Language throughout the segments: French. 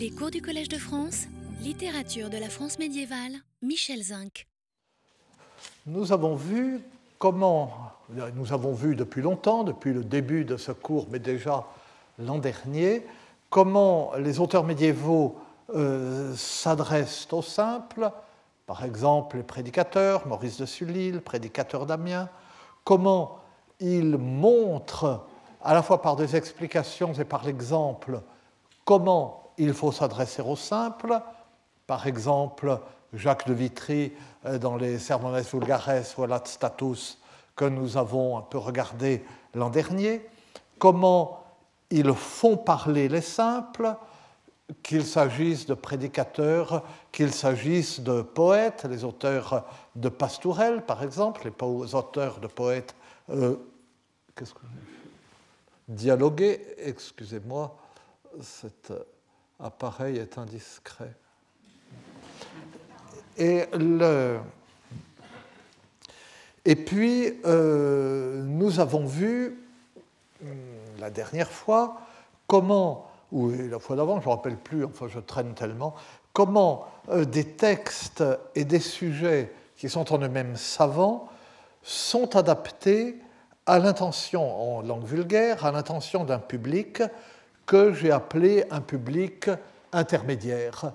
Les cours du Collège de France, littérature de la France médiévale, Michel Zinc. Nous avons vu depuis longtemps, depuis le début de ce cours, mais déjà l'an dernier, comment les auteurs médiévaux s'adressent aux simples, par exemple les prédicateurs, Maurice de Sully, le prédicateur d'Amiens, comment ils montrent, à la fois par des explications et par l'exemple, comment il faut s'adresser aux simples. Par exemple, Jacques de Vitry, dans les Sermones Vulgares Volat Status, que nous avons un peu regardé l'an dernier, comment ils font parler les simples, qu'il s'agisse de prédicateurs, qu'il s'agisse de poètes, les auteurs de Pastourelle, par exemple, les auteurs de poètes dialogués, excusez-moi, cet appareil est indiscret. Et puis, nous avons vu la dernière fois comment, ou la fois d'avant, je ne me rappelle plus, enfin je traîne tellement, comment des textes et des sujets qui sont en eux-mêmes savants sont adaptés à l'intention, en langue vulgaire, à l'intention d'un public que j'ai appelé un public intermédiaire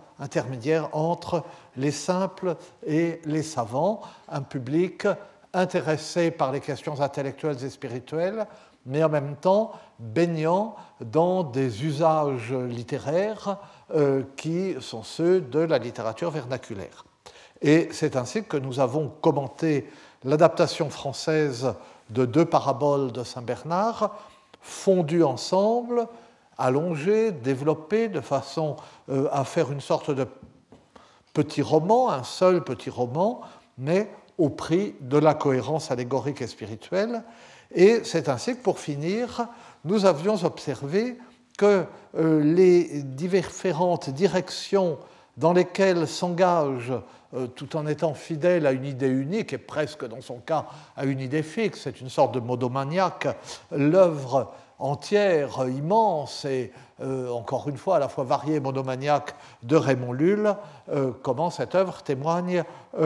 entre les simples et les savants, un public intéressé par les questions intellectuelles et spirituelles, mais en même temps baignant dans des usages littéraires qui sont ceux de la littérature vernaculaire. Et c'est ainsi que nous avons commenté l'adaptation française de deux paraboles de Saint-Bernard, fondues ensemble, allongées, développées, de façon à faire une sorte de petit roman, un seul petit roman, mais au prix de la cohérence allégorique et spirituelle. Et c'est ainsi que, pour finir, nous avions observé que les différentes directions dans lesquelles s'engage, tout en étant fidèle à une idée unique, et presque dans son cas à une idée fixe, c'est une sorte de modomaniaque, l'œuvre entière, immense et encore une fois à la fois variée et monomaniaque de Raymond Lulle, comment cette œuvre témoigne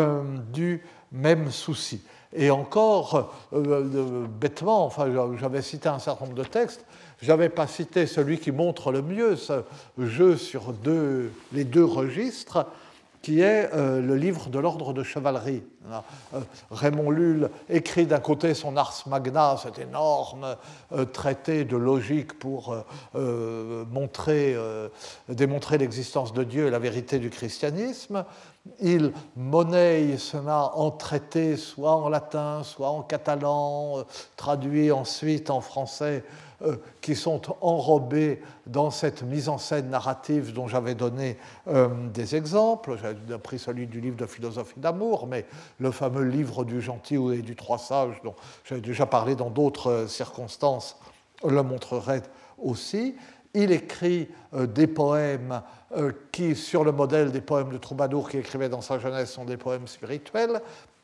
du même souci. Et encore, bêtement, enfin, j'avais cité un certain nombre de textes, je n'avais pas cité celui qui montre le mieux ce jeu sur les deux registres, qui est le livre de l'ordre de chevalerie. Raymond Lulle écrit d'un côté son Ars Magna, cet énorme traité de logique pour démontrer l'existence de Dieu et la vérité du christianisme. Il monnaie cela en traité, soit en latin, soit en catalan, traduit ensuite en français, qui sont enrobés dans cette mise en scène narrative dont j'avais donné des exemples. J'ai pris celui du livre de philosophie d'amour, mais le fameux livre du gentil et du trois sages, dont j'avais déjà parlé dans d'autres circonstances, le montrerait aussi. Il écrit des poèmes qui, sur le modèle des poèmes de Troubadour qu'il écrivait dans sa jeunesse, sont des poèmes spirituels.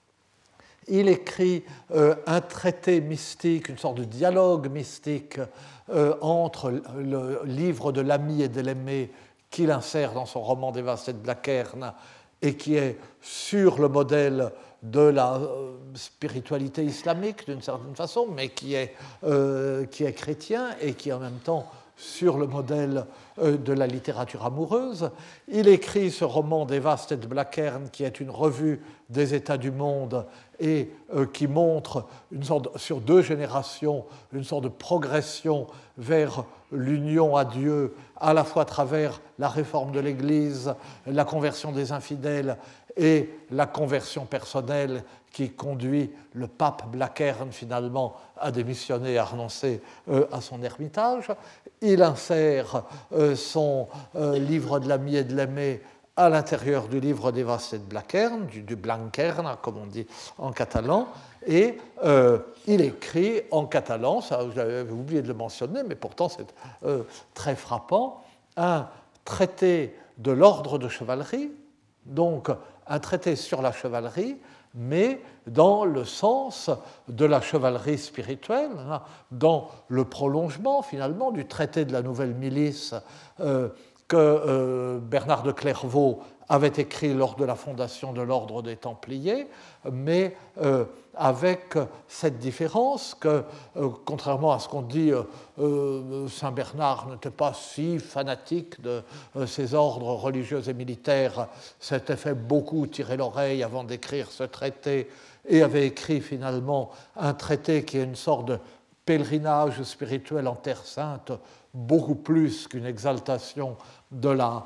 Il écrit un traité mystique, une sorte de dialogue mystique entre le livre de l'ami et de l'aimé qu'il insère dans son roman des Vastes et de Blackern et qui est sur le modèle de la spiritualité islamique d'une certaine façon, mais qui est chrétien et qui en même temps sur le modèle de la littérature amoureuse. Il écrit ce roman des Vastes et de Blackern qui est une revue des états du monde et qui montre sur deux générations une sorte de progression vers l'union à Dieu, à la fois à travers la réforme de l'Église, la conversion des infidèles et la conversion personnelle qui conduit le pape Blackern finalement à démissionner, à renoncer à son ermitage. Il insère son livre de l'ami et de l'aimé à l'intérieur du livre des Vastes et de Blackern, du Blankern, comme on dit en catalan, et il écrit en catalan, ça j'avais oublié de le mentionner, mais pourtant c'est très frappant, un traité de l'ordre de chevalerie, donc un traité sur la chevalerie, mais dans le sens de la chevalerie spirituelle, dans le prolongement finalement du traité de la nouvelle milice que Bernard de Clairvaux avait écrit lors de la fondation de l'ordre des Templiers, mais avec cette différence que, contrairement à ce qu'on dit, Saint Bernard n'était pas si fanatique de ces ordres religieux et militaires, s'était fait beaucoup tirer l'oreille avant d'écrire ce traité, et avait écrit finalement un traité qui est une sorte de pèlerinage spirituel en Terre Sainte, beaucoup plus qu'une exaltation de la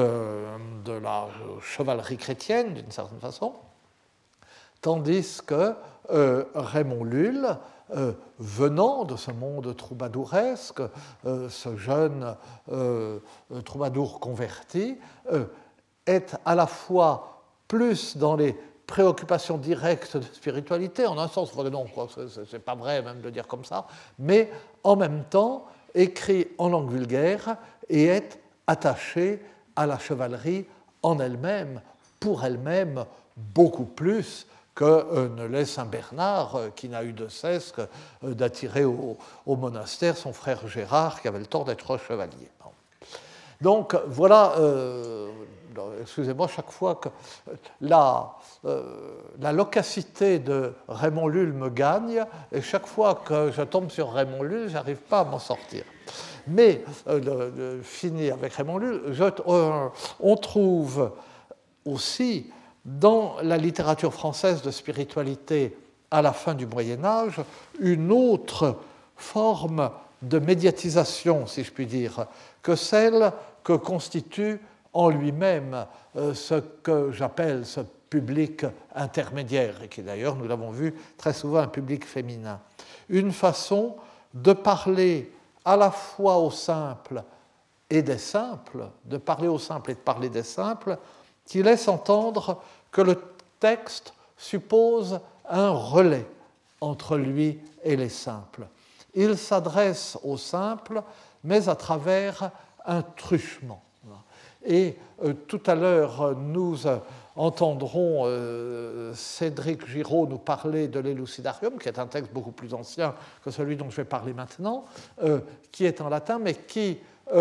chevalerie chrétienne, d'une certaine façon, tandis que Raymond Lulle, venant de ce monde troubadouresque, ce jeune troubadour converti, est à la fois plus dans les préoccupation directe de spiritualité, en un sens, non, c'est pas vrai même de dire comme ça, mais en même temps écrit en langue vulgaire et est attaché à la chevalerie en elle-même, pour elle-même, beaucoup plus que ne l'est Saint Bernard, qui n'a eu de cesse d'attirer au monastère son frère Gérard, qui avait le tort d'être chevalier. Donc voilà, excusez-moi, chaque fois que la loquacité de Raymond Lulle me gagne, et chaque fois que je tombe sur Raymond Lulle, je n'arrive pas à m'en sortir. Mais, fini avec Raymond Lulle, on trouve aussi dans la littérature française de spiritualité à la fin du Moyen-Âge une autre forme de médiatisation, si je puis dire, que celle que constitue en lui-même ce que j'appelle ce public intermédiaire, et qui d'ailleurs, nous l'avons vu, très souvent un public féminin. Une façon de parler à la fois aux simples et des simples, de parler aux simples et de parler des simples, qui laisse entendre que le texte suppose un relais entre lui et les simples. Il s'adresse aux simples, mais à travers un truchement. Et tout à l'heure, nous entendrons Cédric Giraud nous parler de l'Elucidarium, qui est un texte beaucoup plus ancien que celui dont je vais parler maintenant, qui est en latin, mais qui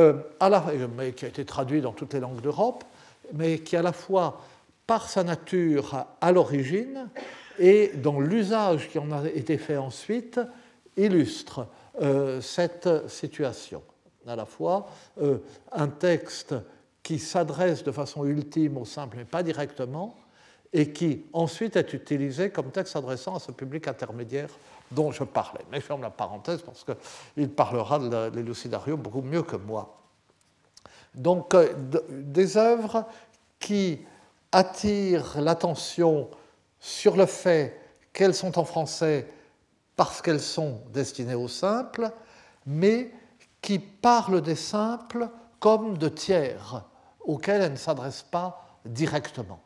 a été traduit dans toutes les langues d'Europe, mais qui à la fois, par sa nature à l'origine et dans l'usage qui en a été fait ensuite, illustre cette situation. À la fois un texte qui s'adresse de façon ultime aux simples, mais pas directement, et qui ensuite est utilisé comme texte s'adressant à ce public intermédiaire dont je parlais. Mais je ferme la parenthèse parce qu'il parlera de l'Elucidarium beaucoup mieux que moi. Donc, des œuvres qui attirent l'attention sur le fait qu'elles sont en français parce qu'elles sont destinées aux simples, mais qui parlent des simples comme de tiers auxquels elles ne s'adressent pas directement.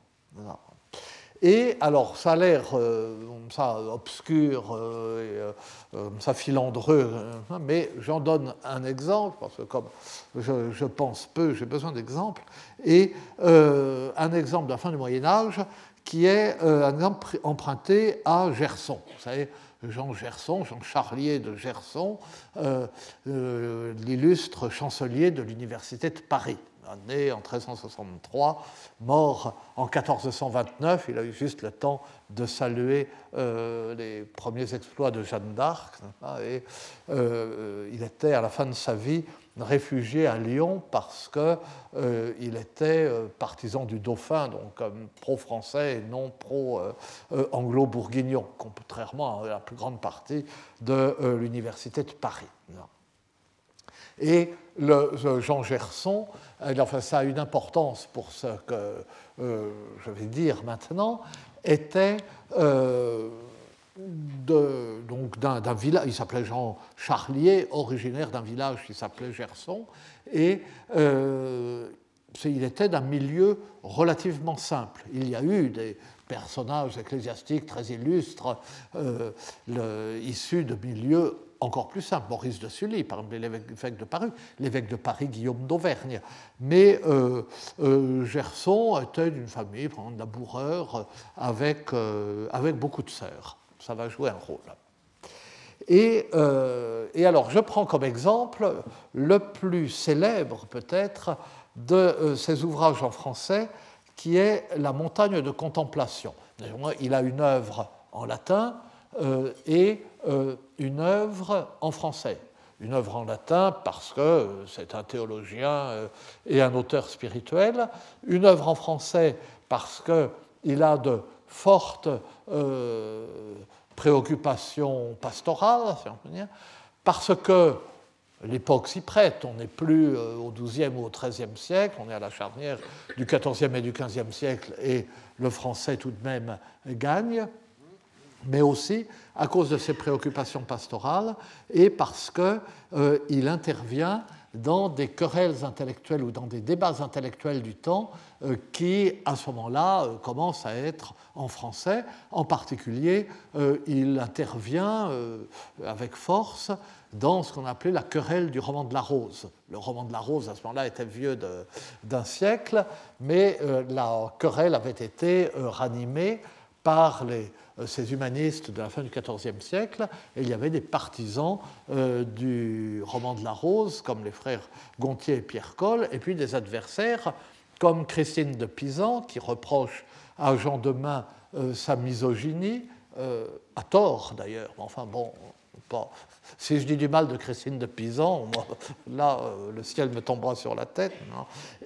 Et alors, ça a l'air ça obscur, ça filandreux, mais j'en donne un exemple, parce que comme je pense peu, j'ai besoin d'exemples, et un exemple de la fin du Moyen-Âge qui est un exemple emprunté à Gerson. Vous savez, Jean Gerson, Jean Charlier de Gerson, l'illustre chancelier de l'Université de Paris, né en 1363, mort en 1429. Il a eu juste le temps de saluer les premiers exploits de Jeanne d'Arc. Et il était, à la fin de sa vie, réfugié à Lyon parce qu'il était partisan du dauphin, donc pro-français et non pro-anglo-bourguignon, contrairement à la plus grande partie de l'Université de Paris. Et Jean Gerson, enfin, ça a une importance pour ce que je vais dire maintenant, était d'un village, il s'appelait Jean Charlier, originaire d'un village qui s'appelait Gerson, et il était d'un milieu relativement simple. Il y a eu des personnages ecclésiastiques très illustres issus de milieux encore plus simple, Maurice de Sully, par exemple, l'évêque de Paris, Guillaume d'Auvergne. Mais Gerson était d'une famille, par exemple, de laboureurs, avec beaucoup de sœurs. Ça va jouer un rôle. Et alors, je prends comme exemple le plus célèbre, peut-être, de ses ouvrages en français, qui est La montagne de contemplation. Il a une œuvre en latin et une œuvre en français. Une œuvre en latin parce que c'est un théologien et un auteur spirituel. Une œuvre en français parce qu'il a de fortes préoccupations pastorales, si on peut dire, parce que l'époque s'y prête, on n'est plus au XIIe ou au XIIIe siècle, on est à la charnière du XIVe et du XVe siècle, et le français tout de même gagne, mais aussi à cause de ses préoccupations pastorales et parce qu'il intervient dans des querelles intellectuelles ou dans des débats intellectuels du temps qui, à ce moment-là, commencent à être en français. En particulier, il intervient avec force dans ce qu'on appelait la querelle du roman de la Rose. Le roman de la Rose, à ce moment-là, était vieux d'un siècle, mais la querelle avait été ranimée par ces humanistes de la fin du XIVe siècle, et il y avait des partisans du roman de la Rose, comme les frères Gontier et Pierre Coll, et puis des adversaires, comme Christine de Pisan, qui reproche à Jean Demain sa misogynie, à tort d'ailleurs, mais enfin bon, pas. Si je dis du mal de Christine de Pisan, moi, là, le ciel me tombera sur la tête. Non.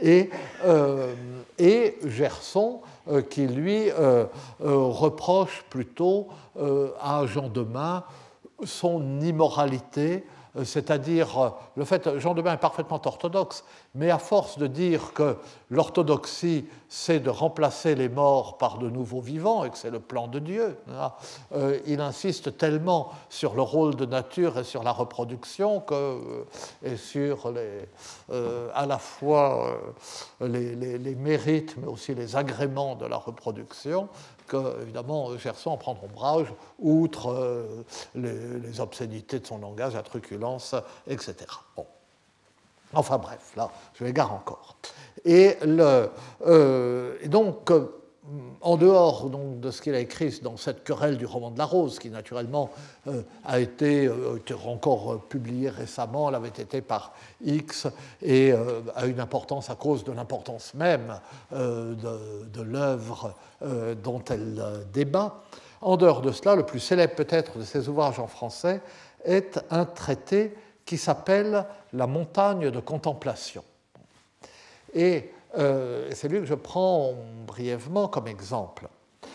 Et Gerson, qui lui reproche plutôt à Jean Demain son immoralité, c'est-à-dire le fait, Jean Demain est parfaitement orthodoxe, mais à force de dire que l'orthodoxie, c'est de remplacer les morts par de nouveaux vivants et que c'est le plan de Dieu, il insiste tellement sur le rôle de nature et sur la reproduction et sur à la fois les mérites, mais aussi les agréments de la reproduction, que, évidemment, Gerson en prend ombrage, outre les obscénités de son langage, la truculence, etc. Bon. Enfin bref, là, je m'égare encore. Et donc, en dehors donc, de ce qu'il a écrit dans cette querelle du roman de la Rose, qui naturellement a été encore publié récemment, elle avait été par X, et a une importance à cause de l'importance même de l'œuvre dont elle débat. En dehors de cela, le plus célèbre peut-être de ses ouvrages en français est un traité qui s'appelle La montagne de contemplation. Et c'est lui que je prends brièvement comme exemple.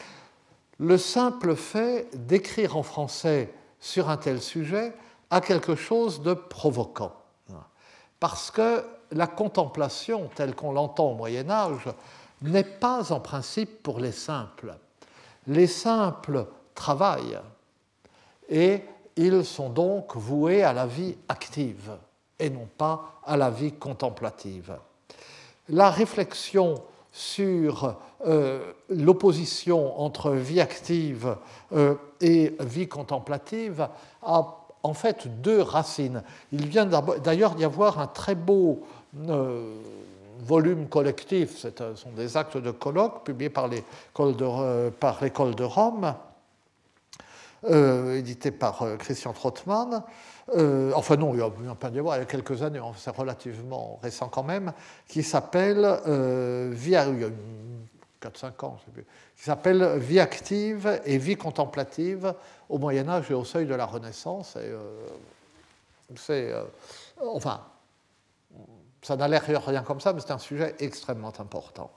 Le simple fait d'écrire en français sur un tel sujet a quelque chose de provoquant. Parce que la contemplation, telle qu'on l'entend au Moyen-Âge, n'est pas en principe pour les simples. Les simples travaillent et ils sont donc voués à la vie active et non pas à la vie contemplative. La réflexion sur l'opposition entre vie active et vie contemplative a en fait deux racines. Il vient d'ailleurs d'y avoir un très beau volume collectif, ce sont des actes de colloque publiés par l'École de Rome, édité par Christian Trottmann. Enfin non, il y a pas d'y avoir, il y a quelques années, c'est relativement récent quand même, qui s'appelle il y a 4-5 ans, je sais plus, qui s'appelle Vie active et vie contemplative au Moyen-Âge et au seuil de la Renaissance. Et, enfin, ça n'a l'air rien comme ça, mais c'est un sujet extrêmement important.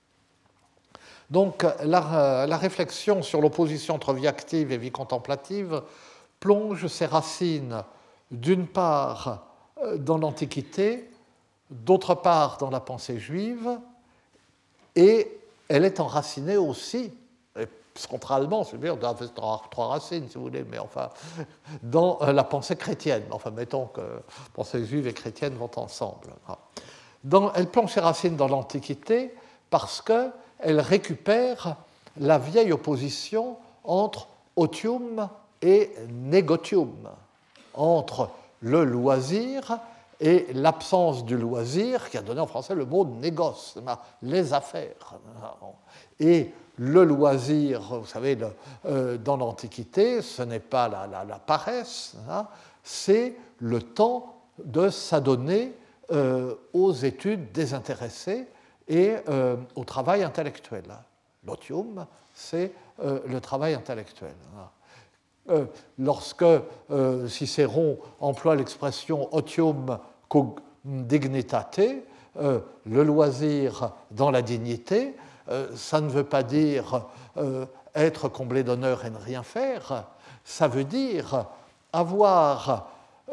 Donc, la réflexion sur l'opposition entre vie active et vie contemplative plonge ses racines, d'une part, dans l'Antiquité, d'autre part, dans la pensée juive, et elle est enracinée aussi, centralement, c'est-à-dire, on doit avoir trois racines, si vous voulez, mais enfin, dans la pensée chrétienne. Enfin, mettons que pensée juive et chrétienne vont ensemble. Elle plonge ses racines dans l'Antiquité parce qu'elle récupère la vieille opposition entre otium et negotium, entre le loisir et l'absence du loisir, qui a donné en français le mot négoce, les affaires. Et le loisir, vous savez, dans l'Antiquité, ce n'est pas la paresse, c'est le temps de s'adonner aux études désintéressées et au travail intellectuel. L'otium, c'est le travail intellectuel. Lorsque Cicéron emploie l'expression otium cum dignitate, le loisir dans la dignité, ça ne veut pas dire être comblé d'honneur et ne rien faire, ça veut dire avoir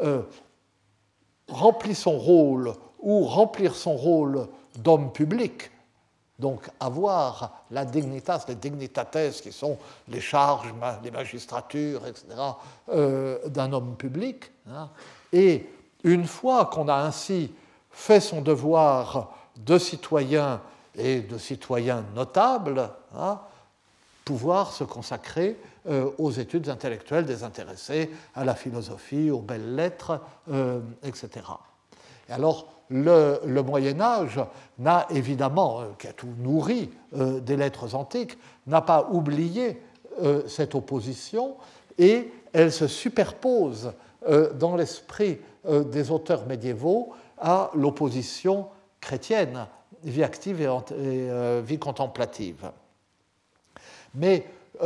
rempli son rôle ou remplir son rôle d'homme public, donc avoir la dignitas, les dignitates qui sont les charges, les magistratures, etc., d'un homme public. Et une fois qu'on a ainsi fait son devoir de citoyen et de citoyen notable, pouvoir se consacrer aux études intellectuelles désintéressées, à la philosophie, aux belles lettres, etc. Et alors, le Moyen-Âge n'a évidemment, qui a tout nourri des lettres antiques, n'a pas oublié cette opposition et elle se superpose dans l'esprit des auteurs médiévaux à l'opposition chrétienne, vie active et vie contemplative. Mais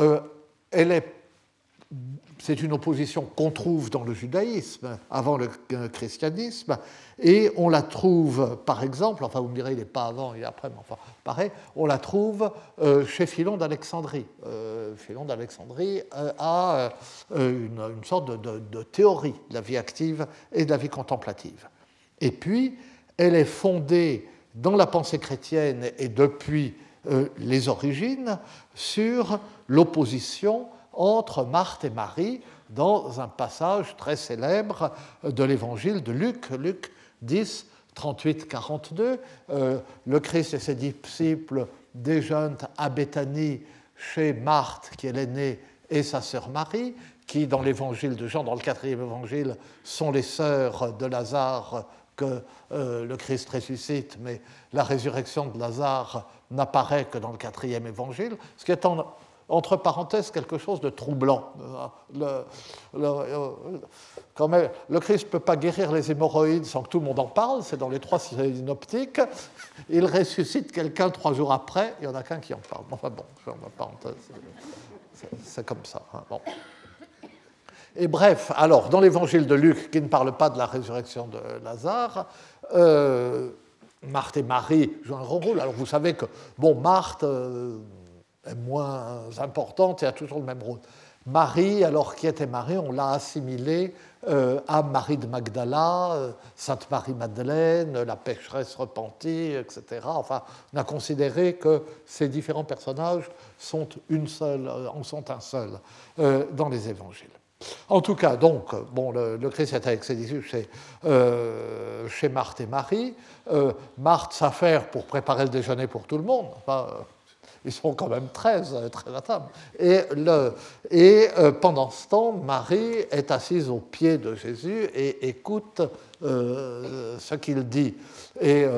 c'est une opposition qu'on trouve dans le judaïsme avant le christianisme, et on la trouve, par exemple, enfin vous me direz, il n'est pas avant, il est après, mais enfin pareil, on la trouve chez Philon d'Alexandrie. Philon d'Alexandrie a une sorte de théorie de la vie active et de la vie contemplative. Et puis, elle est fondée dans la pensée chrétienne et depuis les origines sur l'opposition entre Marthe et Marie dans un passage très célèbre de l'évangile de Luc, Luc 10, 38-42. Le Christ et ses disciples déjeunent à Béthanie chez Marthe, qui est l'aînée, et sa sœur Marie, qui, dans l'évangile de Jean, dans le 4e évangile, sont les sœurs de Lazare que le Christ ressuscite, mais la résurrection de Lazare n'apparaît que dans le 4e évangile, ce qui est entre parenthèses quelque chose de troublant. Quand même, le Christ ne peut pas guérir les hémorroïdes sans que tout le monde en parle, c'est dans les 3 synoptiques. Il ressuscite quelqu'un 3 jours après, il n'y en a qu'un qui en parle. Enfin bon, je ferme la parenthèse, c'est comme ça. Bon. Et bref, alors, dans l'évangile de Luc, qui ne parle pas de la résurrection de Lazare, Marthe et Marie jouent un grand rôle. Alors, vous savez que, bon, Marthe est moins importante et a toujours le même rôle. Marie, alors qui était Marie, on l'a assimilée à Marie de Magdala, Sainte Marie-Madeleine, la pécheresse repentie, etc. Enfin, on a considéré que ces différents personnages sont en sont un seul dans les évangiles. En tout cas, donc, bon, le Christ est avec ses disciples chez Marthe et Marie. Marthe s'affaire pour préparer le déjeuner pour tout le monde. Enfin, ils sont quand même 13 à table. Et pendant ce temps, Marie est assise aux pieds de Jésus et écoute ce qu'il dit. Et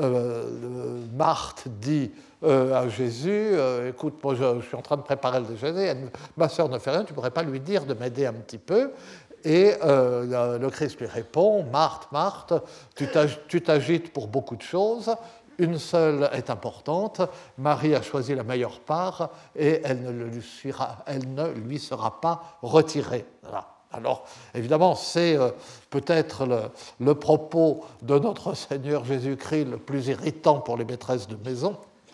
Marthe dit à Jésus, écoute, moi je suis en train de préparer le déjeuner, ma sœur ne fait rien, tu ne pourrais pas lui dire de m'aider un petit peu? Et le Christ lui répond, Marthe, Marthe, tu t'agites pour beaucoup de choses, une seule est importante, Marie a choisi la meilleure part et elle ne lui sera pas retirée. Voilà. Alors, évidemment, c'est peut-être le propos de notre Seigneur Jésus-Christ le plus irritant pour les maîtresses de maison.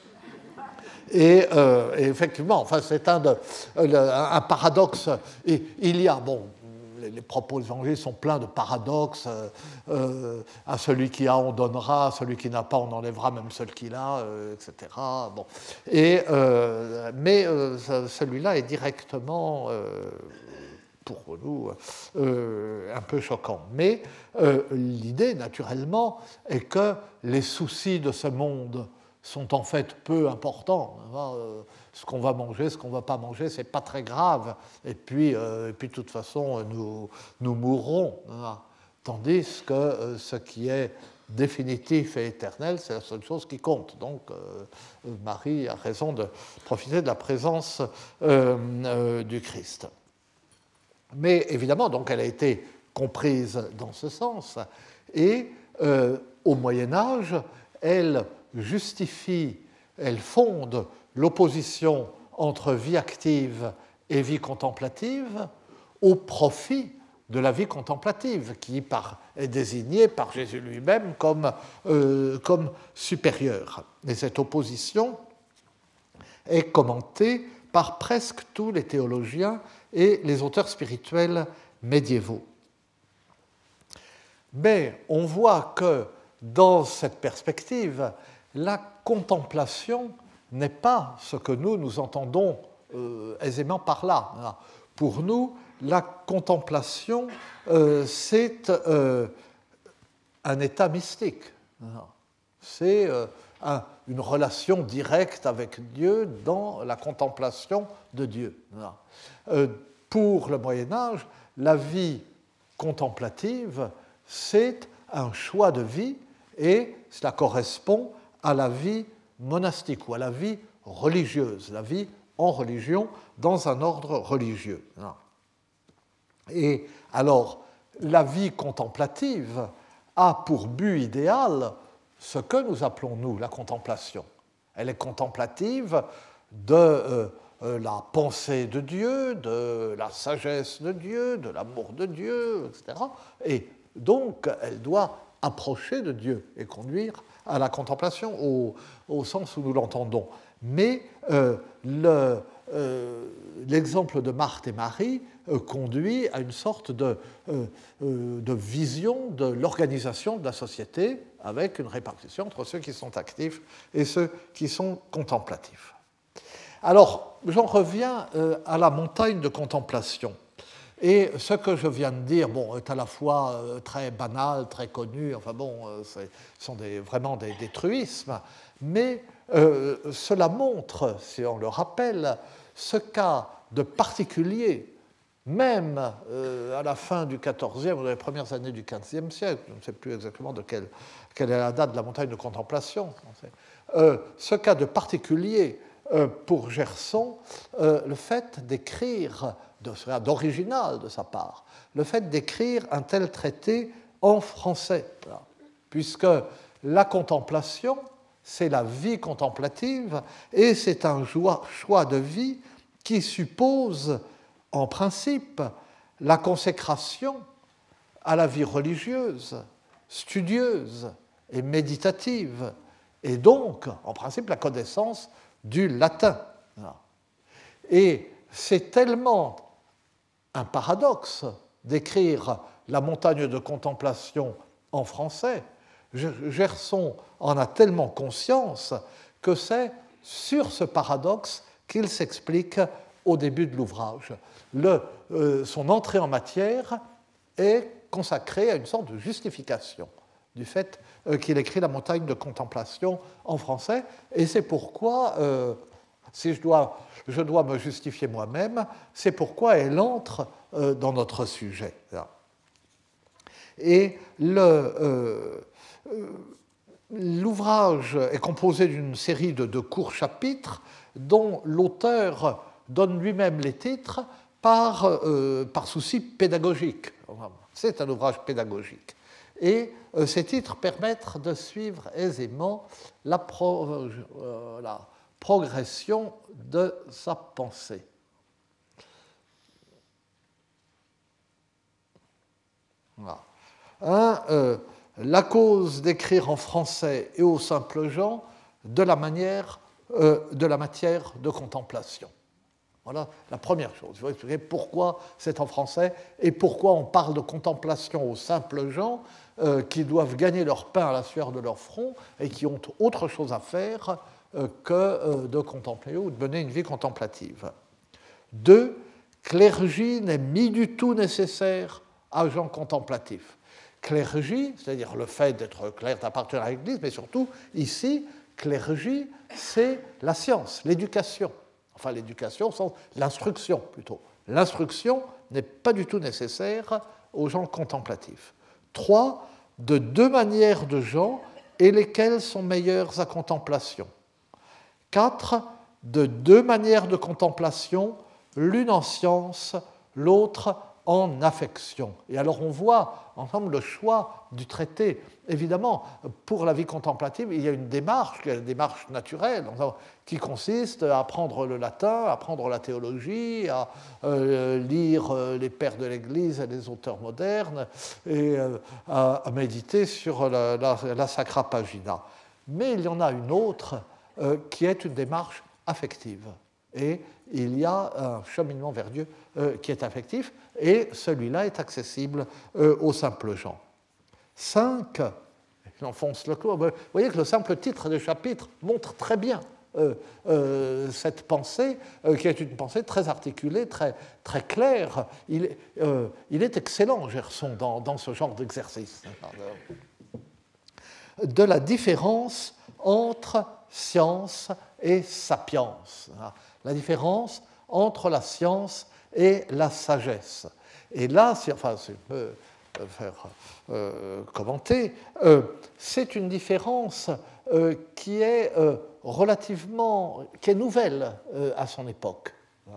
Et effectivement, enfin, c'est un paradoxe. Et il y a, bon, les propos de l'Évangile sont pleins de paradoxes. À celui qui a, on donnera, à celui qui n'a pas, on enlèvera, même celui qui l'a, etc. Bon. Mais celui-là est directement, pour nous, un peu choquant. Mais l'idée, naturellement, est que les soucis de ce monde sont en fait peu importants. Ce qu'on va manger, ce qu'on ne va pas manger, ce n'est pas très grave. Et puis, de toute façon, nous mourrons. Tandis que ce qui est définitif et éternel, c'est la seule chose qui compte. Donc, Marie a raison de profiter de la présence du Christ. Mais évidemment, donc, elle a été comprise dans ce sens. Et au Moyen-Âge, elle justifie, elle fonde l'opposition entre vie active et vie contemplative au profit de la vie contemplative, qui est désignée par Jésus lui-même comme supérieure. Et cette opposition est commentée par presque tous les théologiens et les auteurs spirituels médiévaux. Mais on voit que dans cette perspective, la contemplation n'est pas ce que nous entendons aisément par là. Pour nous, la contemplation, c'est un état mystique. C'est une relation directe avec Dieu dans la contemplation de Dieu. Pour le Moyen-Âge, la vie contemplative, c'est un choix de vie et cela correspond à la vie monastique ou à la vie religieuse, la vie en religion dans un ordre religieux. Et alors, la vie contemplative a pour but idéal ce que nous appelons, nous, la contemplation. Elle est contemplative de la pensée de Dieu, de la sagesse de Dieu, de l'amour de Dieu, etc. Et donc, elle doit approcher de Dieu et conduire à la contemplation au sens où nous l'entendons. Mais l'exemple de Marthe et Marie conduit à une sorte de vision de l'organisation de la société avec une répartition entre ceux qui sont actifs et ceux qui sont contemplatifs. Alors, j'en reviens à la montagne de contemplation. Et ce que je viens de dire, est à la fois très banal, très connu, ce sont vraiment des truismes, mais cela montre, si on le rappelle, ce cas de particulier, même à la fin du XIVe ou dans les premières années du XVe siècle, je ne sais plus exactement quelle est la date de la montagne de contemplation, ce cas de particulier pour Gerson, le fait d'écrire, d'original de sa part, le fait d'écrire un tel traité en français, puisque la contemplation, c'est la vie contemplative et c'est un choix de vie qui suppose, en principe, la consécration à la vie religieuse, studieuse et méditative, et donc, en principe, la connaissance du latin. Et c'est tellement un paradoxe d'écrire la montagne de contemplation en français. Gerson en a tellement conscience que c'est sur ce paradoxe qu'il s'explique au début de l'ouvrage. Son entrée en matière est consacrée à une sorte de justification du fait qu'il écrit la montagne de contemplation en français, et c'est pourquoi, si je dois me justifier moi-même, c'est pourquoi elle entre dans notre sujet. Et l'ouvrage est composé d'une série de courts chapitres dont l'auteur donne lui-même les titres par souci pédagogique. C'est un ouvrage pédagogique. Et ces titres permettent de suivre aisément la progression de sa pensée. Voilà. La cause d'écrire en français et aux simples gens de la matière de contemplation. Voilà la première chose. Je vais expliquer pourquoi c'est en français et pourquoi on parle de contemplation aux simples gens qui doivent gagner leur pain à la sueur de leur front et qui ont autre chose à faire que de contempler ou de mener une vie contemplative. 2. Clergie n'est ni du tout nécessaire à gens contemplatifs. Clergie, c'est-à-dire le fait d'être clerc, d'appartenir à l'Église, mais surtout, ici, clergie, c'est la science, l'éducation. Enfin, l'éducation, l'instruction plutôt. L'instruction n'est pas du tout nécessaire aux gens contemplatifs. 3. De deux manières de gens et lesquelles sont meilleures à contemplation. 4. De deux manières de contemplation, l'une en science, l'autre en affection. Et alors on voit ensemble le choix du traité. Évidemment, pour la vie contemplative, il y a une démarche naturelle, qui consiste à apprendre le latin, à apprendre la théologie, à lire les pères de l'Église et les auteurs modernes, et à méditer sur la Sacra Pagina. Mais il y en a une autre qui est une démarche affective. Et il y a un cheminement vers Dieu qui est affectif, et celui-là est accessible aux simples gens. 5, j'enfonce le clou. Vous voyez que le simple titre du chapitre montre très bien cette pensée, qui est une pensée très articulée, très, très claire. Il est excellent, Gerson, dans ce genre d'exercice. De la différence entre science et sapience. La différence entre la science et la sagesse. Et là, si je peux faire commenter, c'est une différence qui est qui est nouvelle à son époque.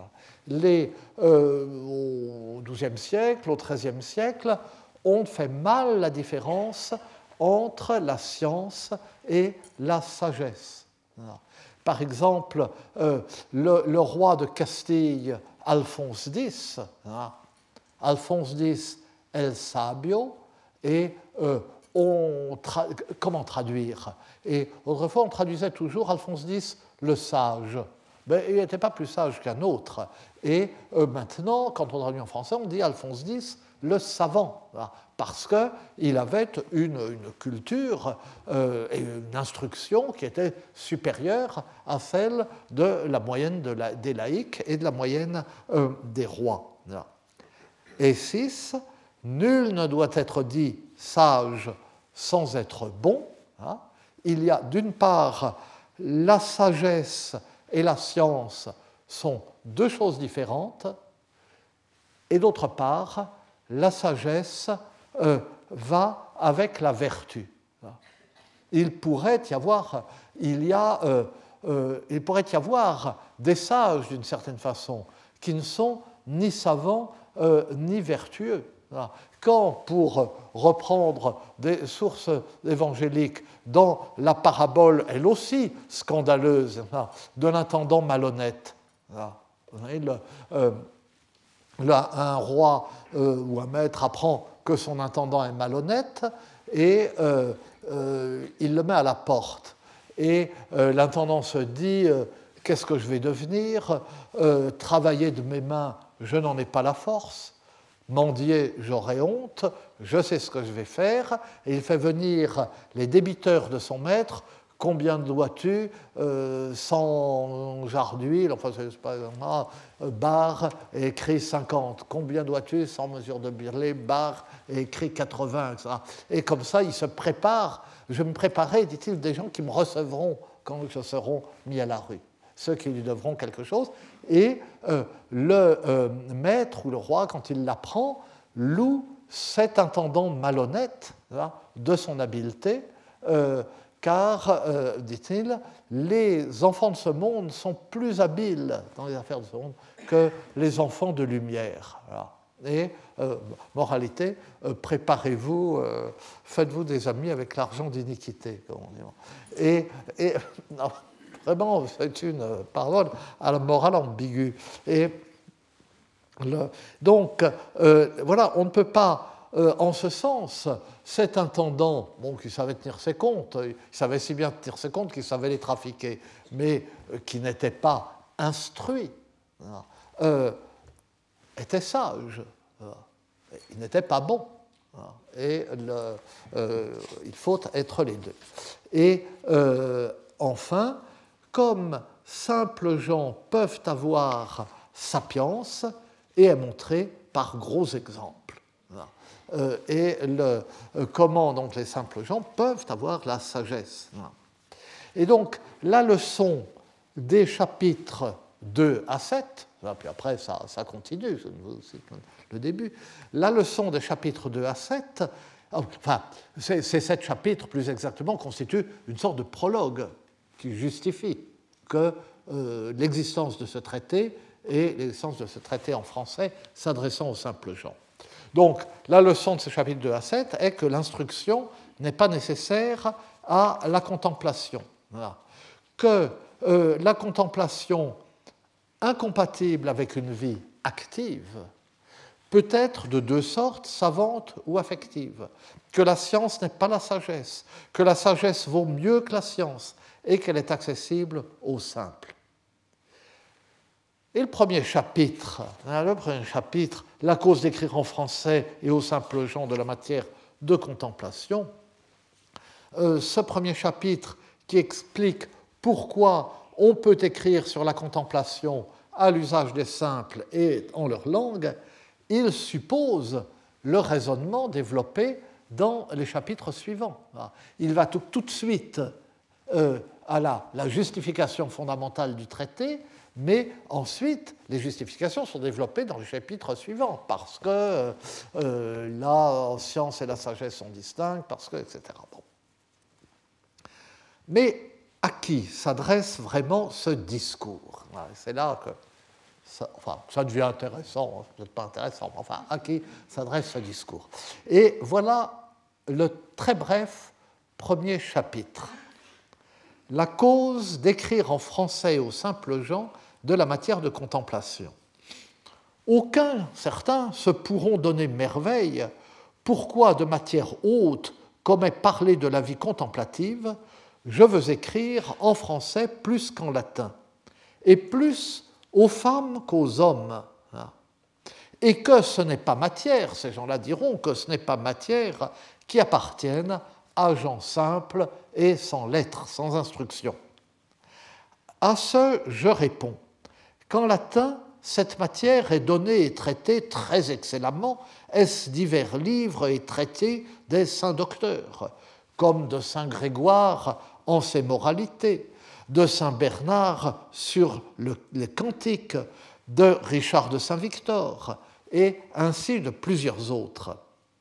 Au XIIe siècle, au XIIIe siècle, on fait mal la différence entre la science et la sagesse. Par exemple, le roi de Castille, Alphonse X, Alphonse X el sabio, et comment traduire? Et autrefois, on traduisait toujours Alphonse X le sage. Mais il n'était pas plus sage qu'un autre. Et maintenant, quand on traduit en français, on dit Alphonse X le savant, parce qu'il avait une culture et une instruction qui était supérieure à celle de la moyenne des laïcs et de la moyenne des rois. Et 6, nul ne doit être dit sage sans être bon. Il y a d'une part la sagesse et la science sont deux choses différentes, et d'autre part, la sagesse va avec la vertu. Il pourrait y avoir des sages, d'une certaine façon, qui ne sont ni savants ni vertueux. Quand, pour reprendre des sources évangéliques, dans la parabole, elle aussi scandaleuse, de l'intendant malhonnête, un roi ou un maître apprend que son intendant est malhonnête et il le met à la porte. Et l'intendant se dit qu'est-ce que je vais devenir? Travailler de mes mains, je n'en ai pas la force. Mendier, j'aurai honte, je sais ce que je vais faire. Et il fait venir les débiteurs de son maître. Combien dois-tu? 100 jarres d'huile, enfin, c'est pas bar, et écrit 50. Combien dois-tu? 100 mesures de birlet, bar, et écrit 80, etc. Et comme ça, il se prépare. Je me préparais, dit-il, des gens qui me recevront quand je serai mis à la rue. Ceux qui lui devront quelque chose. Et le maître ou le roi, quand il l'apprend, loue cet intendant malhonnête de son habileté, car, dit-il, les enfants de ce monde sont plus habiles dans les affaires de ce monde que les enfants de lumière. Voilà. Et, moralité, préparez-vous, faites-vous des amis avec l'argent d'iniquité. Comme on dit. Et non, vraiment, c'est une parole à la morale ambiguë. Et donc, voilà, on ne peut pas, en ce sens, cet intendant, bon, qui savait tenir ses comptes, il savait si bien tenir ses comptes qu'il savait les trafiquer, mais qui n'était pas instruit, était sage. Il n'était pas bon. Et il faut être les deux. Et enfin, comme simples gens peuvent avoir sapience et est montré par gros exemples. Et comment donc les simples gens peuvent avoir la sagesse. Et donc la leçon des chapitres 2 à 7, puis après ça continue, je vous cite le début, la leçon des chapitres 2 à 7, enfin ces 7 chapitres plus exactement constituent une sorte de prologue qui justifie que l'existence de ce traité et l'essence de ce traité en français s'adressant aux simples gens. Donc, la leçon de ce chapitre 2 à 7 est que l'instruction n'est pas nécessaire à la contemplation. Voilà. Que la contemplation incompatible avec une vie active peut être de deux sortes, savante ou affective. Que la science n'est pas la sagesse, que la sagesse vaut mieux que la science et qu'elle est accessible au simple. Et le premier chapitre, la cause d'écrire en français et aux simples gens de la matière de contemplation, ce premier chapitre qui explique pourquoi on peut écrire sur la contemplation à l'usage des simples et en leur langue, il suppose le raisonnement développé dans les chapitres suivants. Il va tout de suite à la justification fondamentale du traité, mais ensuite, les justifications sont développées dans les chapitres suivants, parce que la science et la sagesse sont distinctes, parce que, etc. Bon. Mais à qui s'adresse vraiment ce discours? C'est là que ça devient intéressant, peut-être pas intéressant, mais enfin, à qui s'adresse ce discours? Et voilà le très bref premier chapitre. La cause d'écrire en français aux simples gens de la matière de contemplation. Certains se pourront donner merveille pourquoi de matière haute, comme est parler de la vie contemplative, je veux écrire en français plus qu'en latin, et plus aux femmes qu'aux hommes. Et que ce n'est pas matière, ces gens-là diront que ce n'est pas matière qui appartienne à gens simples et sans lettres, sans instruction. À ce, je réponds qu'en latin, cette matière est donnée et traitée très excellemment, est-ce divers livres et traités des saints docteurs, comme de saint Grégoire en ses moralités, de saint Bernard sur les cantiques, de Richard de Saint-Victor, et ainsi de plusieurs autres.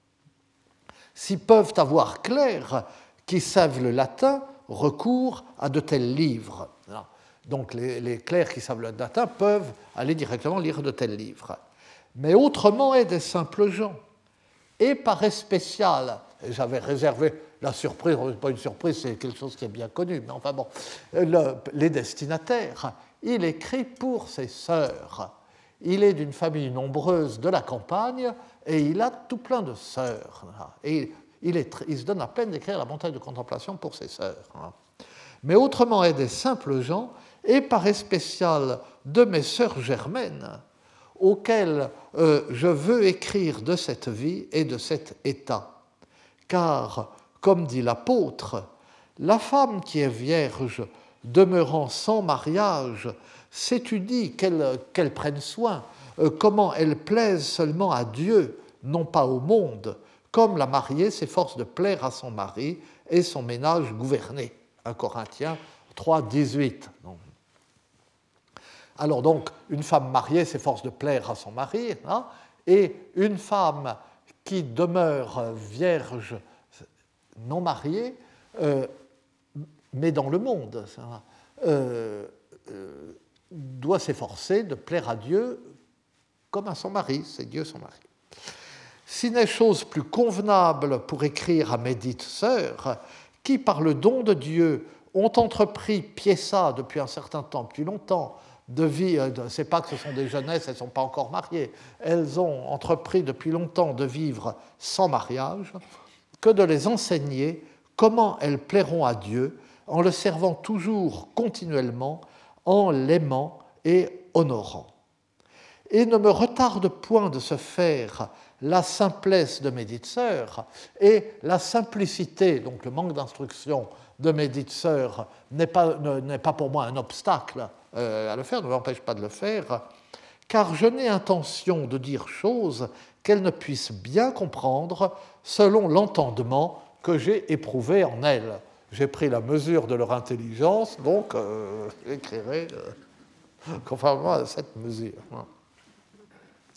S'ils peuvent avoir clair qui savent le latin, recours à de tels livres. Donc les clercs qui savent le latin peuvent aller directement lire de tels livres. Mais autrement est des simples gens. Et par spécial, et j'avais réservé la surprise, pas une surprise, c'est quelque chose qui est bien connu, mais enfin bon, les destinataires, il écrit pour ses sœurs. Il est d'une famille nombreuse de la campagne et il a tout plein de sœurs. Et il se donne la peine d'écrire la montagne de contemplation pour ses sœurs. Mais autrement est des simples gens, et par spécial de mes sœurs germaines, auxquelles je veux écrire de cette vie et de cet état. Car, comme dit l'apôtre, la femme qui est vierge, demeurant sans mariage, s'étudie qu'elle prenne soin, comment elle plaise seulement à Dieu, non pas au monde, comme la mariée s'efforce de plaire à son mari et son ménage gouverné. 1 Corinthiens 3, 18. Alors donc, une femme mariée s'efforce de plaire à son mari, hein, et une femme qui demeure vierge non mariée, mais dans le monde, doit s'efforcer de plaire à Dieu comme à son mari, c'est Dieu son mari. S'il n'est chose plus convenable pour écrire à mes dites sœurs, qui par le don de Dieu ont entrepris piessa depuis un certain temps, depuis longtemps, de vie, c'est pas que ce sont des jeunesses, elles ne sont pas encore mariées, elles ont entrepris depuis longtemps de vivre sans mariage, que de les enseigner comment elles plairont à Dieu en le servant toujours continuellement, en l'aimant et honorant. Et ne me retarde point de se faire la simplesse de mes dites sœurs et la simplicité, donc le manque d'instruction de mes dites sœurs n'est pas pour moi un obstacle à le faire, ne m'empêche pas de le faire, car je n'ai intention de dire choses qu'elles ne puissent bien comprendre selon l'entendement que j'ai éprouvé en elles. J'ai pris la mesure de leur intelligence, donc j'écrirai conformément à cette mesure.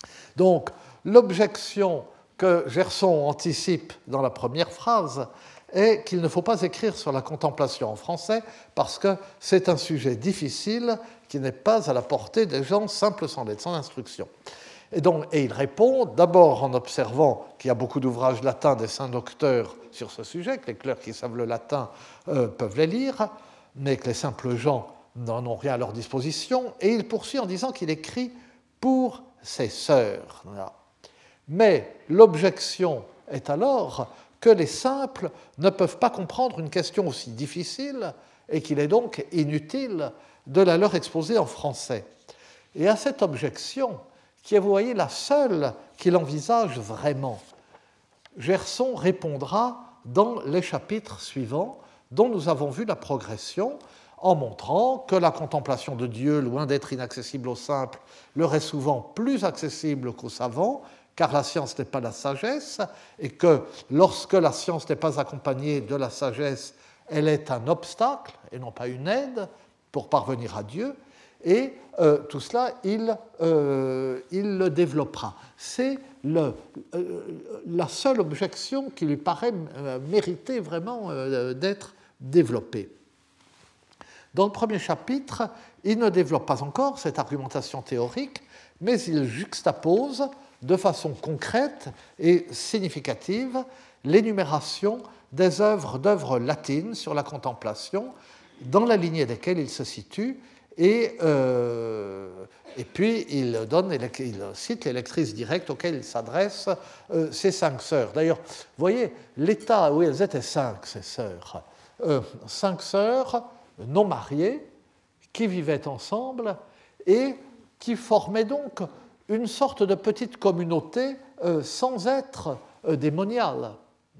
Donc, l'objection que Gerson anticipe dans la première phrase est qu'il ne faut pas écrire sur la contemplation en français parce que c'est un sujet difficile qui n'est pas à la portée des gens simples sans lettres, sans instruction. Et il répond d'abord en observant qu'il y a beaucoup d'ouvrages latins des saints docteurs sur ce sujet, que les clercs qui savent le latin peuvent les lire, mais que les simples gens n'en ont rien à leur disposition. Et il poursuit en disant qu'il écrit pour ses sœurs. Mais l'objection est alors que les simples ne peuvent pas comprendre une question aussi difficile et qu'il est donc inutile de la leur exposer en français. Et à cette objection, qui est, vous voyez, la seule qu'il envisage vraiment, Gerson répondra dans les chapitres suivants, dont nous avons vu la progression, en montrant que la contemplation de Dieu, loin d'être inaccessible aux simples, leur est souvent plus accessible qu'aux savants, car la science n'est pas la sagesse, et que lorsque la science n'est pas accompagnée de la sagesse, elle est un obstacle et non pas une aide pour parvenir à Dieu. Et tout cela, il le développera. C'est la seule objection qui lui paraît mériter vraiment d'être développée. Dans le premier chapitre, il ne développe pas encore cette argumentation théorique, mais il juxtapose de façon concrète et significative l'énumération des d'œuvres latines sur la contemplation, dans la lignée desquelles il se situe, et puis il cite les lectrices directes auxquelles il s'adresse, ces 5 sœurs. D'ailleurs, vous voyez, l'état où elles étaient 5, ces sœurs, 5 sœurs non mariées, qui vivaient ensemble et qui formaient donc une sorte de petite communauté sans être démoniale.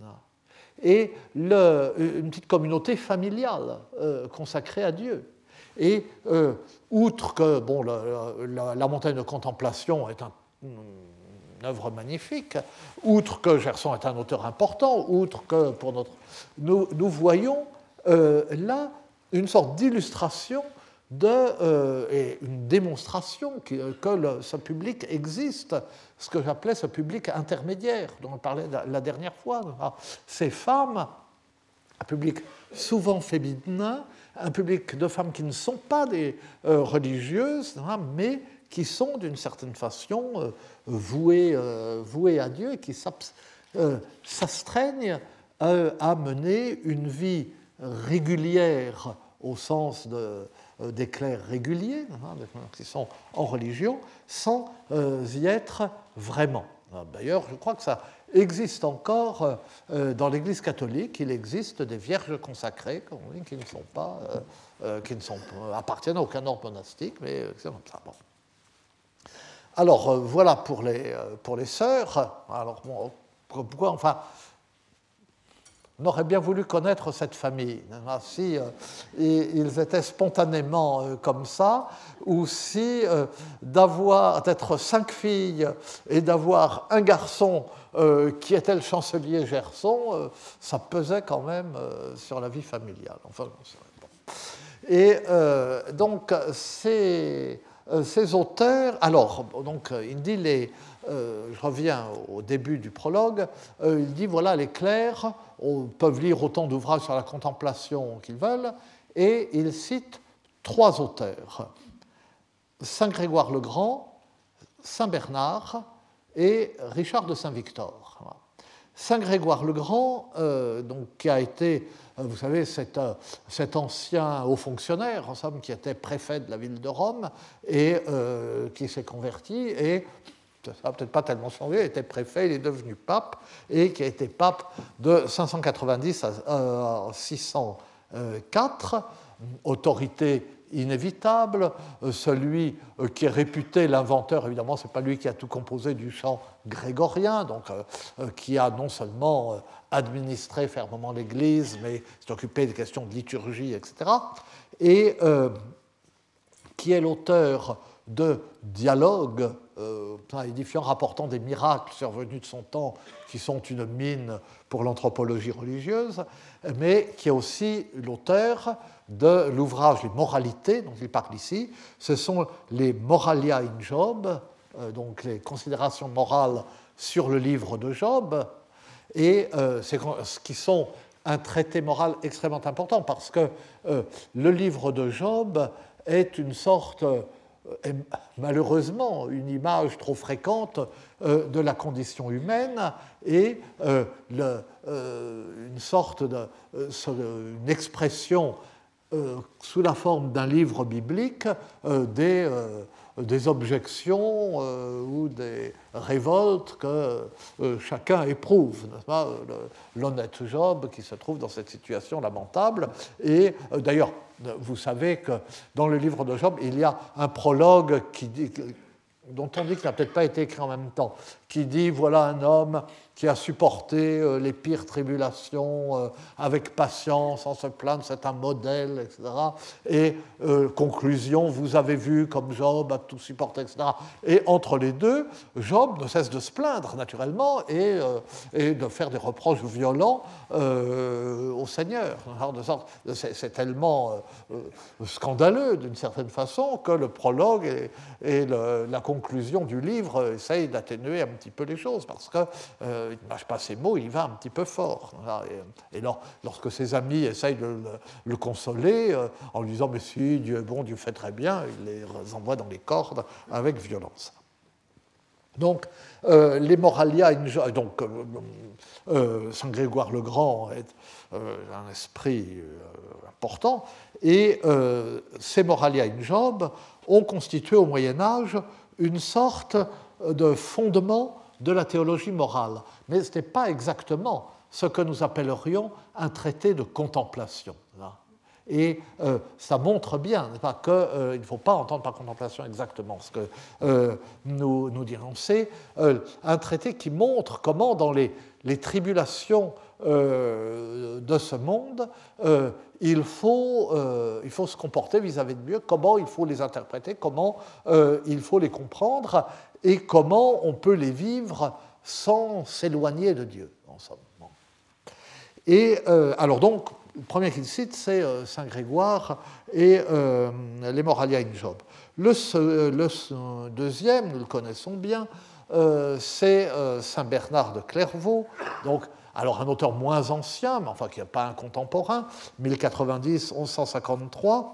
Et une petite communauté familiale consacrée à Dieu. Et outre que la montagne de contemplation est une œuvre magnifique, outre que Gerson est un auteur important, outre que nous voyons là une sorte d'illustration et une démonstration que ce public existe, ce que j'appelais ce public intermédiaire dont on parlait la dernière fois. Ces femmes, un public souvent féminin, un public de femmes qui ne sont pas des religieuses, mais qui sont d'une certaine façon vouées à Dieu et qui s'astreignent à mener une vie régulière au sens des clercs réguliers, qui sont en religion, sans y être vraiment. D'ailleurs, je crois que ça existe encore dans l'Église catholique. Il existe des vierges consacrées, qui ne sont pas, appartiennent à aucun ordre monastique, mais c'est comme ça. Bon. Alors voilà pour les sœurs. Alors pourquoi, enfin, on aurait bien voulu connaître cette famille, si ils étaient spontanément comme ça, ou si d'être 5 filles et d'avoir un garçon qui était le chancelier Gerson, ça pesait quand même sur la vie familiale. Enfin, bon. Et donc, ces auteurs... Alors, donc, il dit je reviens au début du prologue, il dit, voilà, les clercs peuvent lire autant d'ouvrages sur la contemplation qu'ils veulent, et il cite 3 auteurs, Saint Grégoire le Grand, Saint Bernard et Richard de Saint-Victor. Saint Grégoire le Grand, donc, qui a été, vous savez, cet ancien haut fonctionnaire, en somme, qui était préfet de la ville de Rome et qui s'est converti, et ça n'a peut-être pas tellement changé, il était préfet, il est devenu pape, et qui a été pape de 590 à 604, autorité inévitable, celui qui est réputé l'inventeur, évidemment, ce n'est pas lui qui a tout composé du chant grégorien, donc qui a non seulement administré fermement l'Église, mais s'est occupé des questions de liturgie, etc., et qui est l'auteur de dialogues édifiants rapportant des miracles survenus de son temps qui sont une mine pour l'anthropologie religieuse, mais qui est aussi l'auteur de l'ouvrage Les Moralités dont il parle ici. Ce sont les Moralia in Job, donc les considérations morales sur le livre de Job, et qui sont un traité moral extrêmement important, parce que le livre de Job est une sorte, est malheureusement, une image trop fréquente de la condition humaine et une sorte une expression sous la forme d'un livre biblique des objections ou des révoltes que chacun éprouve, n'est-ce pas, l'honnête Job qui se trouve dans cette situation lamentable. Et d'ailleurs, vous savez que dans le livre de Job, il y a un prologue dont on dit qu'il n'a peut-être pas été écrit en même temps, qui dit, voilà un homme qui a supporté les pires tribulations avec patience, sans se plaindre, c'est un modèle, etc. Et conclusion, vous avez vu comme Job a tout supporté, etc. Et entre les deux, Job ne cesse de se plaindre, naturellement, et de faire des reproches violents au Seigneur. C'est tellement scandaleux, d'une certaine façon, que le prologue et la conclusion du livre essayent d'atténuer un petit peu les choses, parce que il ne mâche pas ses mots, il y va un petit peu fort. Et lorsque ses amis essayent de le consoler en lui disant « Mais si, Dieu est bon, Dieu fait très bien », il les envoie dans les cordes avec violence. Donc, les Moralia, donc Saint Grégoire le Grand est un esprit important, et ces Moralia in Job ont constitué au Moyen-Âge une sorte de fondement de la théologie morale. Mais ce n'est pas exactement ce que nous appellerions un traité de contemplation. Et ça montre bien qu'il ne faut pas entendre par contemplation exactement ce que nous dirons. C'est un traité qui montre comment, dans les tribulations de ce monde, il faut se comporter vis-à-vis de Dieu, comment il faut les interpréter, comment il faut les comprendre, et comment on peut les vivre sans s'éloigner de Dieu, en somme. Et alors donc, le premier qu'il cite, c'est Saint Grégoire et les Moralia in Job. Le deuxième, nous le connaissons bien, c'est Saint Bernard de Clairvaux, donc, alors un auteur moins ancien, mais enfin qui n'est pas un contemporain, 1090, 1153,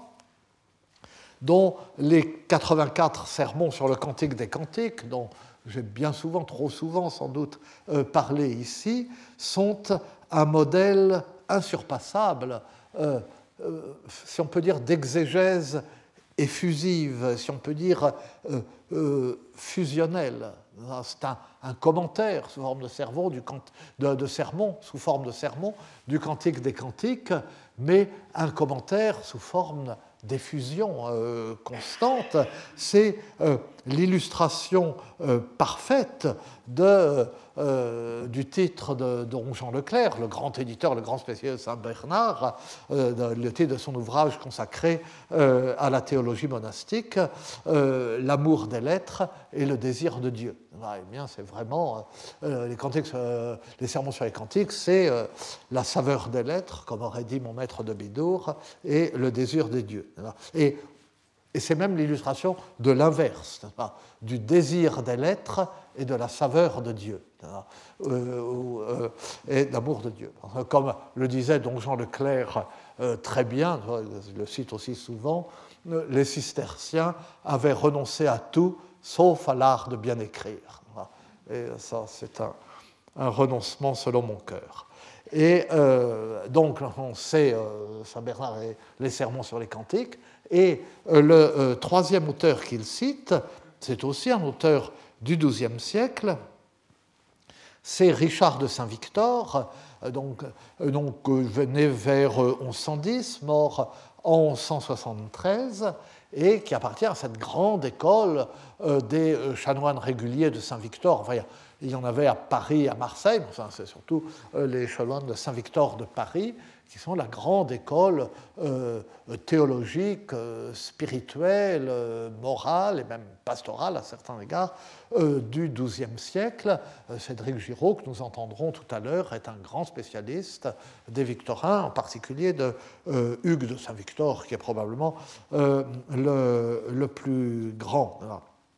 dont les 84 sermons sur le Cantique des Cantiques, dont j'ai bien souvent, trop souvent sans doute, parlé ici, sont un modèle insurpassable, si on peut dire, d'exégèse effusive, si on peut dire fusionnelle. C'est un commentaire sous forme de sermon, sous forme de sermon du Cantique des Cantiques, mais un commentaire sous forme d'effusion constante. C'est l'illustration parfaite du titre de Don Jean Leclerc, le grand éditeur, le grand spécialiste de Saint-Bernard, le titre de son ouvrage consacré à la théologie monastique, L'amour des lettres et le désir de Dieu. Eh bien, c'est vraiment les sermons sur les cantiques, c'est la saveur des lettres, comme aurait dit mon maître de Bidour, et le désir des dieux. Et c'est même l'illustration de l'inverse, du désir des lettres et de la saveur de Dieu, et d'amour de Dieu. Comme le disait Don Jean Leclerc très bien, je le cite aussi souvent, les cisterciens avaient renoncé à tout sauf à l'art de bien écrire. Et ça, c'est un renoncement selon mon cœur. Et donc, on sait Saint Bernard et les sermons sur les cantiques. Et le troisième auteur qu'il cite, c'est aussi un auteur du XIIe siècle, c'est Richard de Saint-Victor, donc né vers 1110, mort en 1173, et qui appartient à cette grande école des chanoines réguliers de Saint-Victor. Enfin, il y en avait à Paris, à Marseille, enfin, c'est surtout les chanoines de Saint-Victor de Paris, qui sont la grande école théologique, spirituelle, morale et même pastorale à certains égards du XIIe siècle. Cédric Giraud, que nous entendrons tout à l'heure, est un grand spécialiste des Victorins, en particulier de Hugues de Saint-Victor, qui est probablement le plus grand.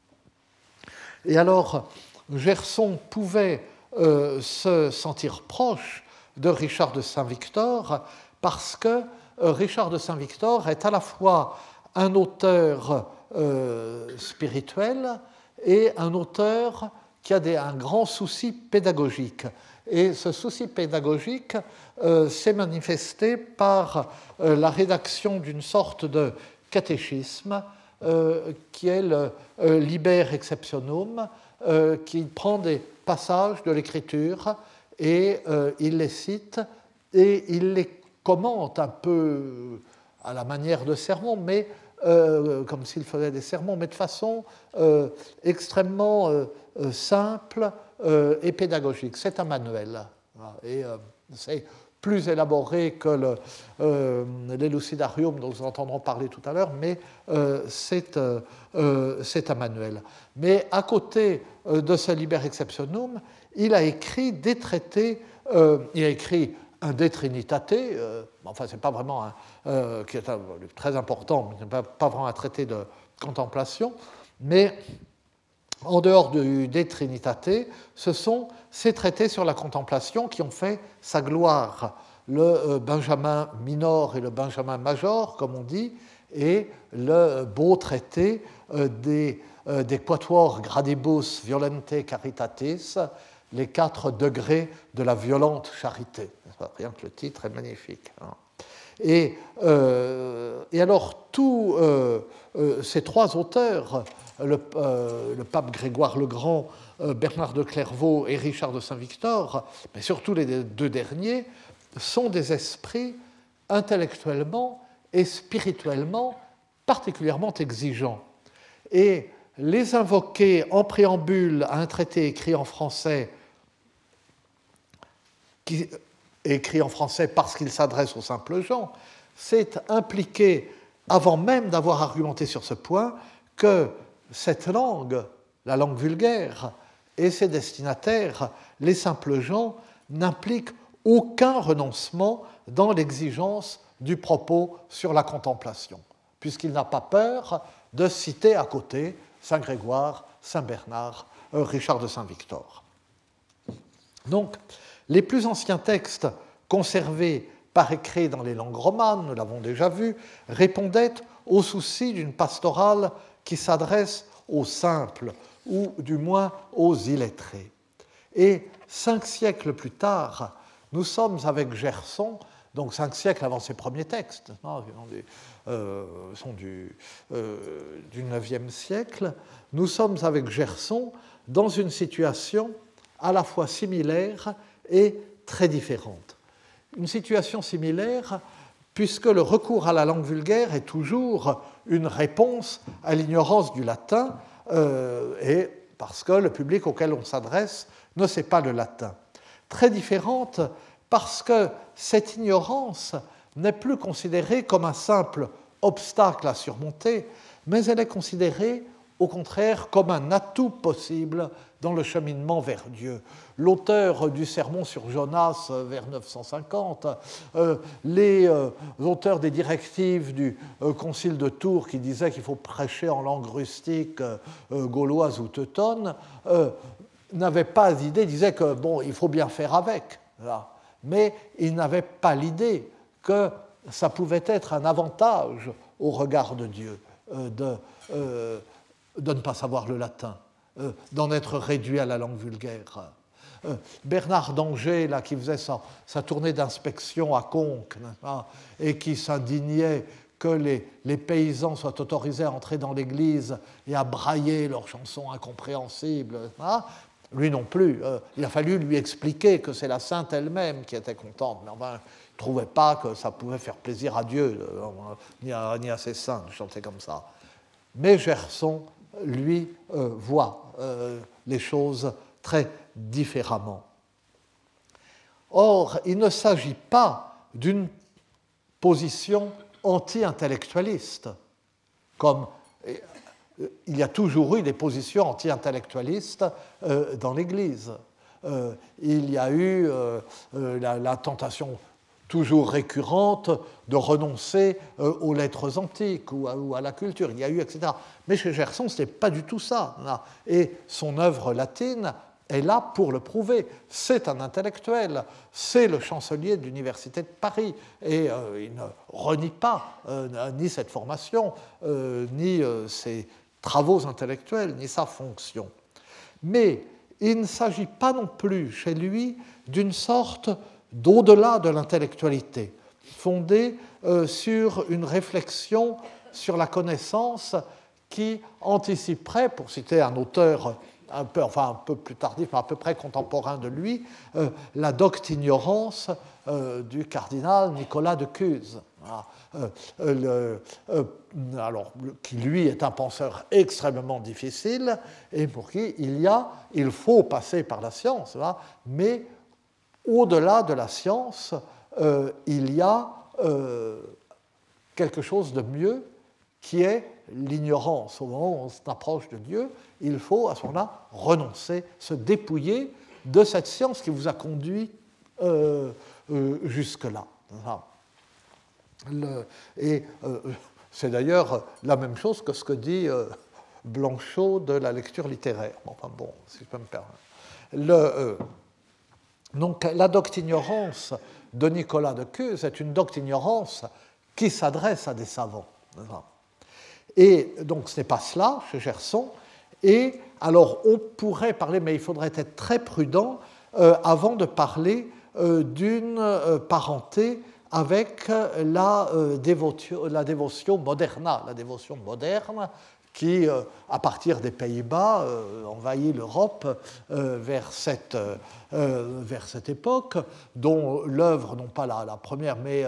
Et alors, Gerson pouvait se sentir proche de Richard de Saint-Victor, parce que Richard de Saint-Victor est à la fois un auteur spirituel et un auteur qui a un grand souci pédagogique. Et ce souci pédagogique s'est manifesté par la rédaction d'une sorte de catéchisme qui est le Liber Exceptionum, qui prend des passages de l'Écriture et il les cite et il les commente un peu à la manière de sermons, mais comme s'il faisait des sermons, mais de façon extrêmement simple et pédagogique. C'est un manuel. Et c'est plus élaboré que l'Elucidarium dont nous entendrons parler tout à l'heure, mais c'est un manuel. Mais à côté de ce Liber Exceptionum, il a écrit des traités, il a écrit un De Trinitate, enfin c'est pas vraiment qui est très important, mais pas vraiment un traité de contemplation, mais en dehors du De Trinitate, ce sont ces traités sur la contemplation qui ont fait sa gloire. Le Benjamin Minor et le Benjamin Major, comme on dit, et le beau traité des Quatuor Gradibus Violente Caritatis, les 4 degrés de la violente charité. Rien que le titre est magnifique. Et alors, tous ces 3 auteurs, le pape Grégoire le Grand, Bernard de Clairvaux et Richard de Saint-Victor, mais surtout les 2 derniers, sont des esprits intellectuellement et spirituellement particulièrement exigeants. Et les invoquer en préambule à un traité écrit en français, parce qu'il s'adresse aux simples gens, c'est impliquer, avant même d'avoir argumenté sur ce point, que cette langue, la langue vulgaire, et ses destinataires, les simples gens, n'impliquent aucun renoncement dans l'exigence du propos sur la contemplation, puisqu'il n'a pas peur de citer à côté Saint Grégoire, Saint Bernard, Richard de Saint-Victor. Donc, les plus anciens textes conservés par écrit dans les langues romanes, nous l'avons déjà vu, répondaient au souci d'une pastorale qui s'adresse aux simples, ou du moins aux illettrés. Et 5 siècles plus tard, nous sommes avec Gerson, donc 5 siècles avant ses premiers textes, sont du 9e siècle, nous sommes avec Gerson dans une situation à la fois similaire et très différente. Une situation similaire puisque le recours à la langue vulgaire est toujours une réponse à l'ignorance du latin et parce que le public auquel on s'adresse ne sait pas le latin. Très différente parce que cette ignorance n'est plus considérée comme un simple obstacle à surmonter, mais elle est considérée au contraire comme un atout possible dans le cheminement vers Dieu. L'auteur du sermon sur Jonas vers 950, les auteurs des directives du concile de Tours qui disaient qu'il faut prêcher en langue rustique, gauloise ou teutonne, n'avaient pas d'idée, disaient que bon, il faut bien faire avec, là. Mais ils n'avaient pas l'idée que ça pouvait être un avantage au regard de Dieu de ne pas savoir le latin, d'en être réduit à la langue vulgaire. Bernard d'Angers, là, qui faisait sa tournée d'inspection à Conques, et qui s'indignait que les paysans soient autorisés à entrer dans l'église et à brailler leurs chansons incompréhensibles, lui non plus. Il a fallu lui expliquer que c'est la sainte elle-même qui était contente, mais enfin, il ne trouvait pas que ça pouvait faire plaisir à Dieu, ni à ses saints, de chanter comme ça. Mais Gerson, lui, voit les choses très différemment. Or, il ne s'agit pas d'une position anti-intellectualiste, comme il y a toujours eu des positions anti-intellectualistes dans l'Église. Il y a eu la tentation toujours récurrente de renoncer aux lettres antiques ou à la culture. Il y a eu, etc. Mais chez Gerson, ce n'est pas du tout ça. Et son œuvre latine est là pour le prouver. C'est un intellectuel, c'est le chancelier de l'Université de Paris, et il ne renie pas ni cette formation, ni ses travaux intellectuels, ni sa fonction. Mais il ne s'agit pas non plus chez lui d'une sorte d'au-delà de l'intellectualité, fondée sur une réflexion sur la connaissance qui anticiperait, pour citer un auteur un peu plus tardif, mais à peu près contemporain de lui, la docte-ignorance du cardinal Nicolas de Cuse. Alors, qui lui est un penseur extrêmement difficile et pour qui il faut passer par la science, mais au-delà de la science, il y a quelque chose de mieux qui est l'ignorance. Au moment où on s'approche de Dieu, il faut à ce moment-là renoncer, se dépouiller de cette science qui vous a conduit jusque-là. C'est d'ailleurs la même chose que ce que dit Blanchot de la lecture littéraire. Enfin bon, si je peux me permettre. Donc la docte-ignorance de Nicolas de Cuse est une docte-ignorance qui s'adresse à des savants. Et donc ce n'est pas cela chez Gerson. Et alors on pourrait parler, mais il faudrait être très prudent avant de parler d'une parenté avec la dévotion moderna, la dévotion moderne qui, à partir des Pays-Bas, envahit l'Europe vers cette époque, dont l'œuvre, non pas la première, mais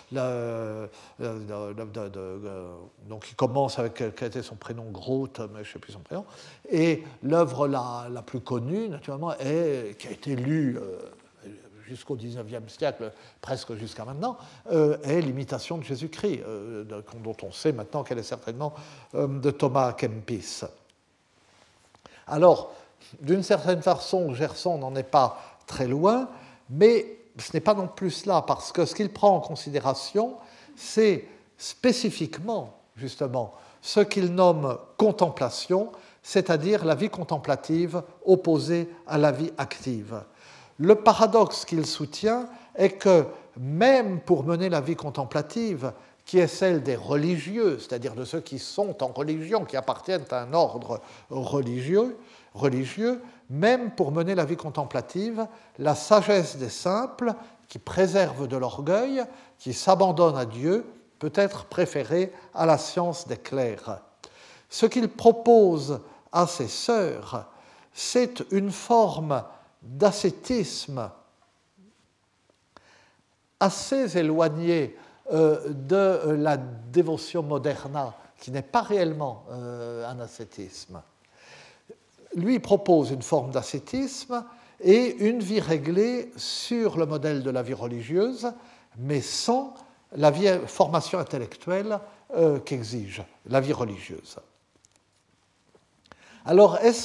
donc qui commence avec quel était son prénom, Groth, mais je ne sais plus son prénom, et l'œuvre la plus connue, naturellement, qui a été lue jusqu'au XIXe siècle, presque jusqu'à maintenant, est l'imitation de Jésus-Christ, dont on sait maintenant qu'elle est certainement de Thomas à Kempis. Alors, d'une certaine façon, Gerson n'en est pas très loin, mais ce n'est pas non plus cela, parce que ce qu'il prend en considération, c'est spécifiquement, justement, ce qu'il nomme contemplation, c'est-à-dire la vie contemplative opposée à la vie active. Le paradoxe qu'il soutient est que même pour mener la vie contemplative, qui est celle des religieux, c'est-à-dire de ceux qui sont en religion, qui appartiennent à un ordre religieux, même pour mener la vie contemplative, la sagesse des simples, qui préserve de l'orgueil, qui s'abandonne à Dieu, peut être préférée à la science des clercs. Ce qu'il propose à ses sœurs, c'est une forme d'ascétisme assez éloigné de la dévotion moderna, qui n'est pas réellement un ascétisme. Lui propose une forme d'ascétisme et une vie réglée sur le modèle de la vie religieuse, mais sans la formation intellectuelle qu'exige la vie religieuse. Alors, est-ce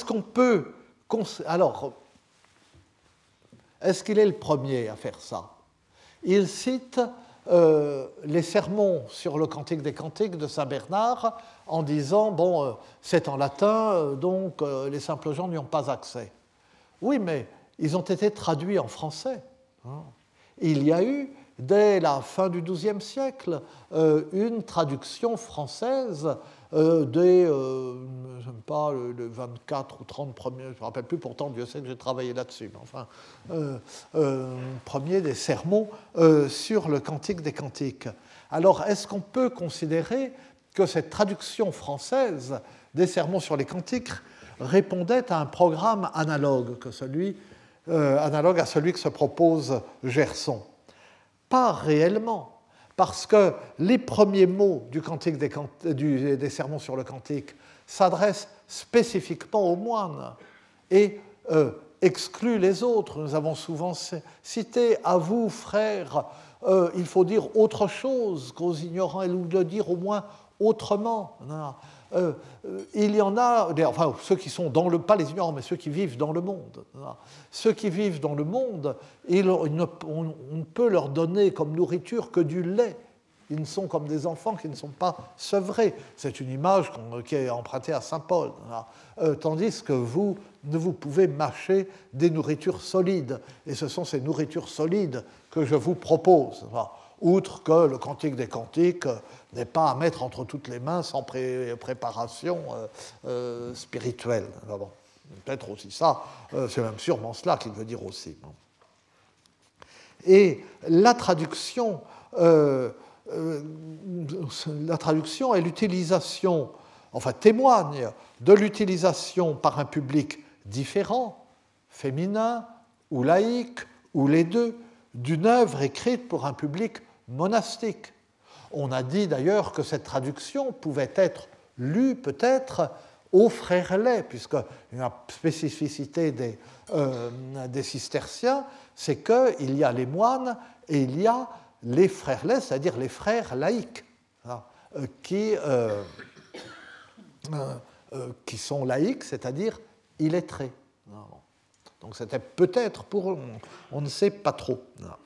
qu'il est le premier à faire ça? Il cite les sermons sur le Cantique des Cantiques de Saint Bernard en disant c'est en latin, donc les simples gens n'y ont pas accès. Oui, mais ils ont été traduits en français. Il y a eu, dès la fin du XIIe siècle, une traduction française des, je ne sais pas, le 24 ou 30 premiers, je ne me rappelle plus, pourtant Dieu sait que j'ai travaillé là-dessus, mais enfin, premier des sermons sur le Cantique des Cantiques. Alors, est-ce qu'on peut considérer que cette traduction française des sermons sur les cantiques répondait à un programme analogue à celui que se propose Gerson? Pas réellement. Parce que les premiers mots du cantique des sermons sur le cantique s'adressent spécifiquement aux moines et excluent les autres. Nous avons souvent cité « à vous, frères », il faut dire autre chose qu'aux ignorants, ou de dire au moins autrement. Il y en a, enfin ceux qui sont pas les ignorants, mais ceux qui vivent dans le monde. Ceux qui vivent dans le monde, on ne peut leur donner comme nourriture que du lait. ils ne sont comme des enfants qui ne sont pas sevrés. C'est une image qui est empruntée à saint Paul. Tandis que vous pouvez mâcher des nourritures solides. Et ce sont ces nourritures solides que je vous propose. Outre que le Cantique des Cantiques n'est pas à mettre entre toutes les mains sans préparation spirituelle. Bon, peut-être aussi ça, c'est même sûrement cela qu'il veut dire aussi. Et la traduction est l'utilisation, enfin témoigne de l'utilisation par un public différent, féminin ou laïque, ou les deux, d'une œuvre écrite pour un public monastique. On a dit d'ailleurs que cette traduction pouvait être lue peut-être aux frères laits, puisque une spécificité des cisterciens, c'est qu'il y a les moines et il y a les frères laits, c'est-à-dire les frères laïcs, qui sont laïcs, c'est-à-dire illettrés. Donc c'était peut-être pour... On ne sait pas trop.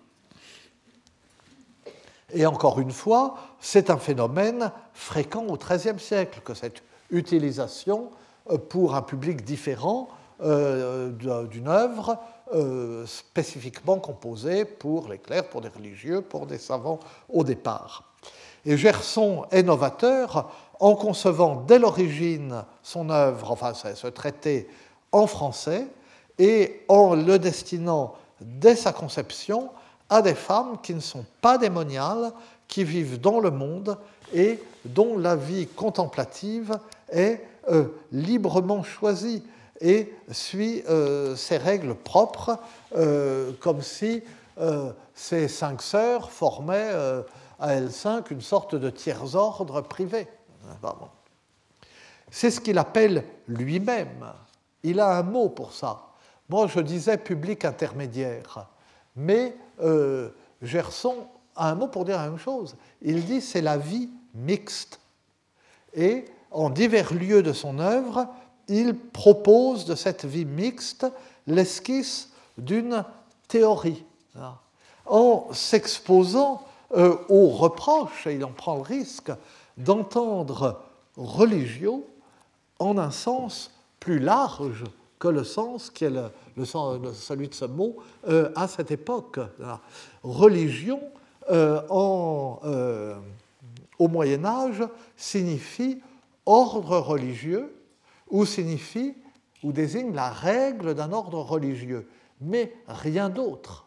Et encore une fois, c'est un phénomène fréquent au XIIIe siècle, que cette utilisation pour un public différent d'une œuvre spécifiquement composée pour les clercs, pour des religieux, pour des savants au départ. Et Gerson est novateur en concevant dès l'origine son œuvre, enfin ce traité en français, et en le destinant dès sa conception à des femmes qui ne sont pas démoniales, qui vivent dans le monde et dont la vie contemplative est librement choisie et suit ses règles propres, comme si ces 5 sœurs formaient à elles 5 une sorte de tiers-ordre privé. C'est ce qu'il appelle lui-même. Il a un mot pour ça. Moi, je disais public intermédiaire, mais Gerson a un mot pour dire la même chose. Il dit c'est la vie mixte. Et en divers lieux de son œuvre, il propose de cette vie mixte l'esquisse d'une théorie. En s'exposant aux reproches, et il en prend le risque, d'entendre religio en un sens plus large que le sens qui est celui de ce mot à cette époque. Religion, au Moyen-Âge, signifie ordre religieux ou désigne la règle d'un ordre religieux, mais rien d'autre.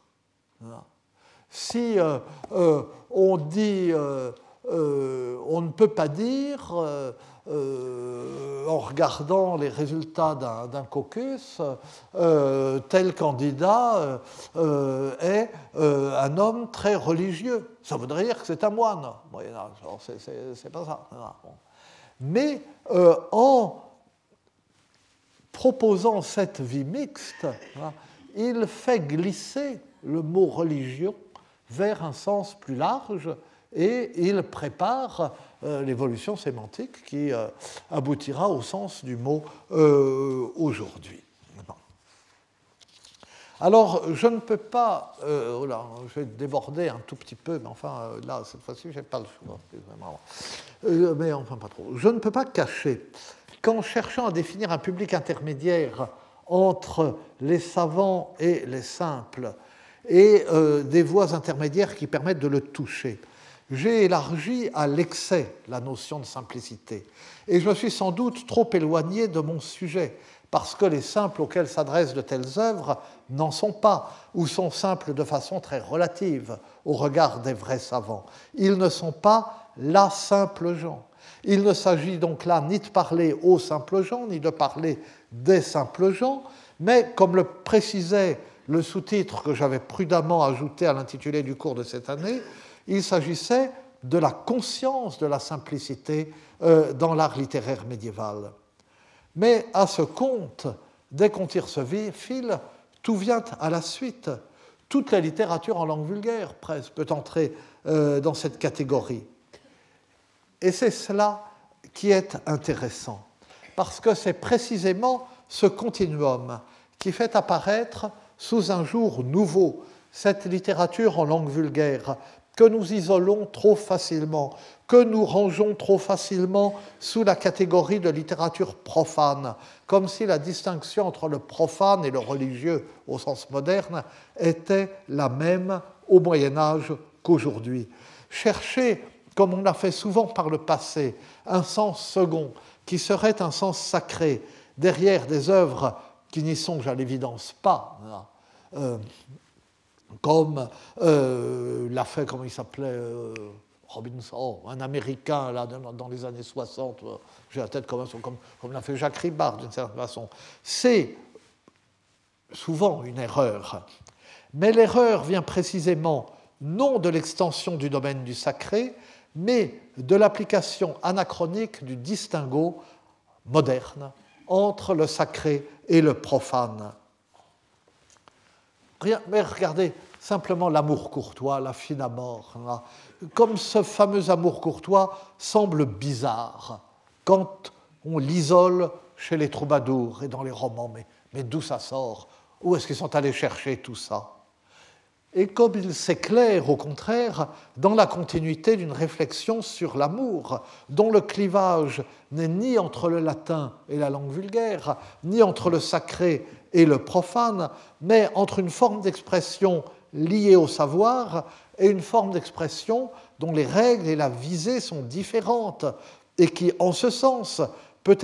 Si on dit, on ne peut pas dire, en regardant les résultats d'un caucus, tel candidat est un homme très religieux. Ça voudrait dire que c'est un moine. C'est pas ça. Mais en proposant cette vie mixte, il fait glisser le mot religion vers un sens plus large et il prépare l'évolution sémantique qui aboutira au sens du mot aujourd'hui. Alors, je ne peux pas... je vais déborder un tout petit peu, mais enfin, là, cette fois-ci, je n'ai pas le choix. Mais enfin, pas trop. Je ne peux pas cacher qu'en cherchant à définir un public intermédiaire entre les savants et les simples, et des voies intermédiaires qui permettent de le toucher, j'ai élargi à l'excès la notion de simplicité. Et je me suis sans doute trop éloigné de mon sujet, parce que les simples auxquels s'adressent de telles œuvres n'en sont pas, ou sont simples de façon très relative au regard des vrais savants. Ils ne sont pas la simple gens. Il ne s'agit donc là ni de parler aux simples gens, ni de parler des simples gens, mais comme le précisait le sous-titre que j'avais prudemment ajouté à l'intitulé du cours de cette année, il s'agissait de la conscience de la simplicité dans l'art littéraire médiéval. Mais à ce compte, dès qu'on tire ce fil, tout vient à la suite. Toute la littérature en langue vulgaire, presque, peut entrer dans cette catégorie. Et c'est cela qui est intéressant, parce que c'est précisément ce continuum qui fait apparaître sous un jour nouveau cette littérature en langue vulgaire que nous isolons trop facilement, que nous rangeons trop facilement sous la catégorie de littérature profane, comme si la distinction entre le profane et le religieux au sens moderne était la même au Moyen Âge qu'aujourd'hui. Chercher, comme on l'a fait souvent par le passé, un sens second, qui serait un sens sacré, derrière des œuvres qui n'y songent à l'évidence pas, comme l'a fait, comment il s'appelait, Robinson, un Américain là, dans les années 60, j'ai la tête comme l'a fait Jacques Ribard d'une certaine façon. C'est souvent une erreur, mais l'erreur vient précisément non de l'extension du domaine du sacré, mais de l'application anachronique du distinguo moderne entre le sacré et le profane. Rien, mais regardez, simplement l'amour courtois, la fine amour. Comme ce fameux amour courtois semble bizarre quand on l'isole chez les troubadours et dans les romans. Mais d'où ça sort? Où est-ce qu'ils sont allés chercher tout ça? Et comme il s'éclaire, au contraire, dans la continuité d'une réflexion sur l'amour, dont le clivage n'est ni entre le latin et la langue vulgaire, ni entre le sacré et le profane, mais entre une forme d'expression liée au savoir et une forme d'expression dont les règles et la visée sont différentes et qui, en ce sens, peut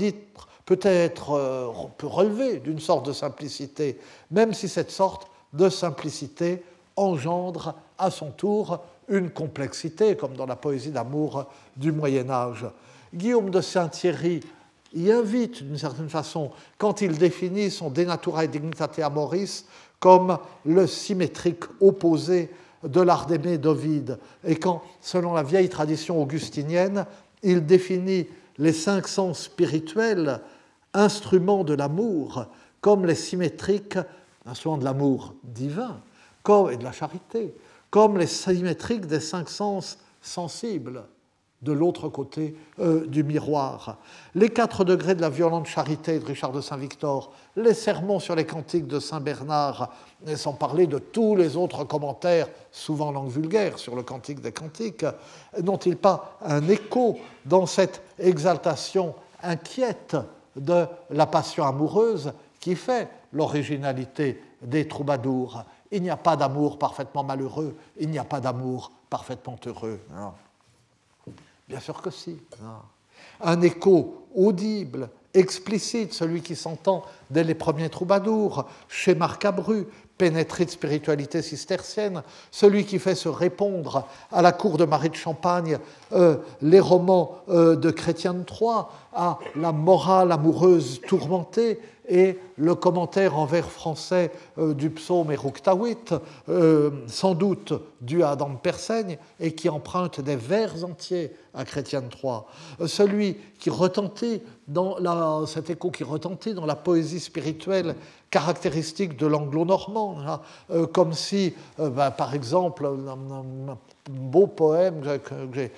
relever d'une sorte de simplicité, même si cette sorte de simplicité engendre à son tour une complexité, comme dans la poésie d'amour du Moyen Âge. Guillaume de Saint-Thierry y invite d'une certaine façon, quand il définit son De Naturae Dignitate Amoris comme le symétrique opposé de l'art d'aimer d'Ovide, et quand, selon la vieille tradition augustinienne, il définit les 5 sens spirituels, instruments de l'amour, comme les symétriques, instruments de l'amour divin, et de la charité, comme les symétriques des 5 sens sensibles, de l'autre côté du miroir. Les 4 degrés de la violente charité de Richard de Saint-Victor, les sermons sur les cantiques de Saint-Bernard, sans parler de tous les autres commentaires, souvent en langue vulgaire, sur le cantique des cantiques, n'ont-ils pas un écho dans cette exaltation inquiète de la passion amoureuse qui fait l'originalité des troubadours? Il n'y a pas d'amour parfaitement malheureux, il n'y a pas d'amour parfaitement heureux. Non. Bien sûr que si. Non. Un écho audible, explicite, celui qui s'entend dès les premiers troubadours, chez Marcabru, pénétré de spiritualité cistercienne, celui qui fait se répondre à la cour de Marie de Champagne les romans de Chrétien de Troyes, à la morale amoureuse tourmentée, et le commentaire en vers français du psaume Eructavit, sans doute dû à Adam de Persaigne, et qui emprunte des vers entiers à Chrétien de Troyes. Celui qui retentit cet écho qui retentit dans la poésie spirituelle caractéristique de l'anglo-normand, comme si, par exemple, un beau poème que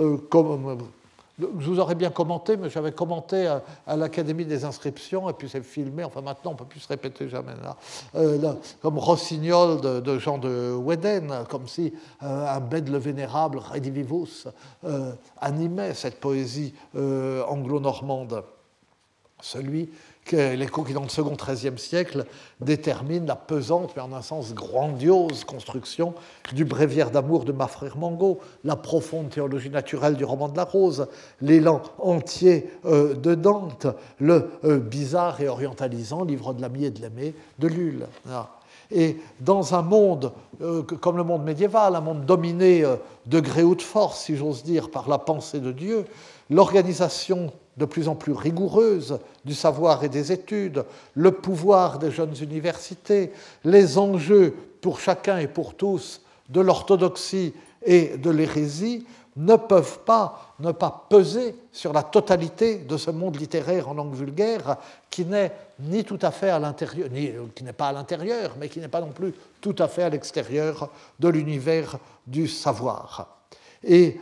je vous aurais bien commenté, mais j'avais commenté à l'Académie des inscriptions, et puis c'est filmé, enfin maintenant on ne peut plus se répéter jamais, là, comme Rossignol de Jean de Weden, comme si un bed le vénérable, Redivivus, animait cette poésie anglo-normande. Celui que l'écho qui, dans le second XIIIe siècle, détermine la pesante, mais en un sens grandiose, construction du bréviaire d'amour de Maffrère Mangot, la profonde théologie naturelle du roman de la Rose, l'élan entier de Dante, le bizarre et orientalisant livre de l'ami et de l'aimé de Lulle. Et dans un monde comme le monde médiéval, un monde dominé de gré ou de force, si j'ose dire, par la pensée de Dieu, l'organisation de plus en plus rigoureuse du savoir et des études, le pouvoir des jeunes universités, les enjeux pour chacun et pour tous de l'orthodoxie et de l'hérésie ne peuvent pas ne pas peser sur la totalité de ce monde littéraire en langue vulgaire qui n'est ni tout à fait à l'intérieur, qui n'est pas à l'intérieur, mais qui n'est pas non plus tout à fait à l'extérieur de l'univers du savoir. Et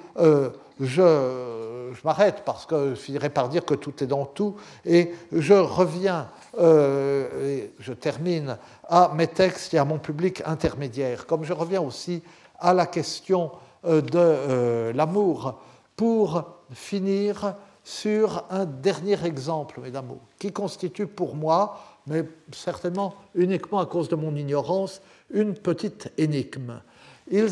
je m'arrête parce que je finirai par dire que tout est dans tout, et je reviens, et je termine à mes textes et à mon public intermédiaire, comme je reviens aussi à la question de l'amour pour finir sur un dernier exemple, mes amours, qui constitue pour moi, mais certainement uniquement à cause de mon ignorance, une petite énigme. Il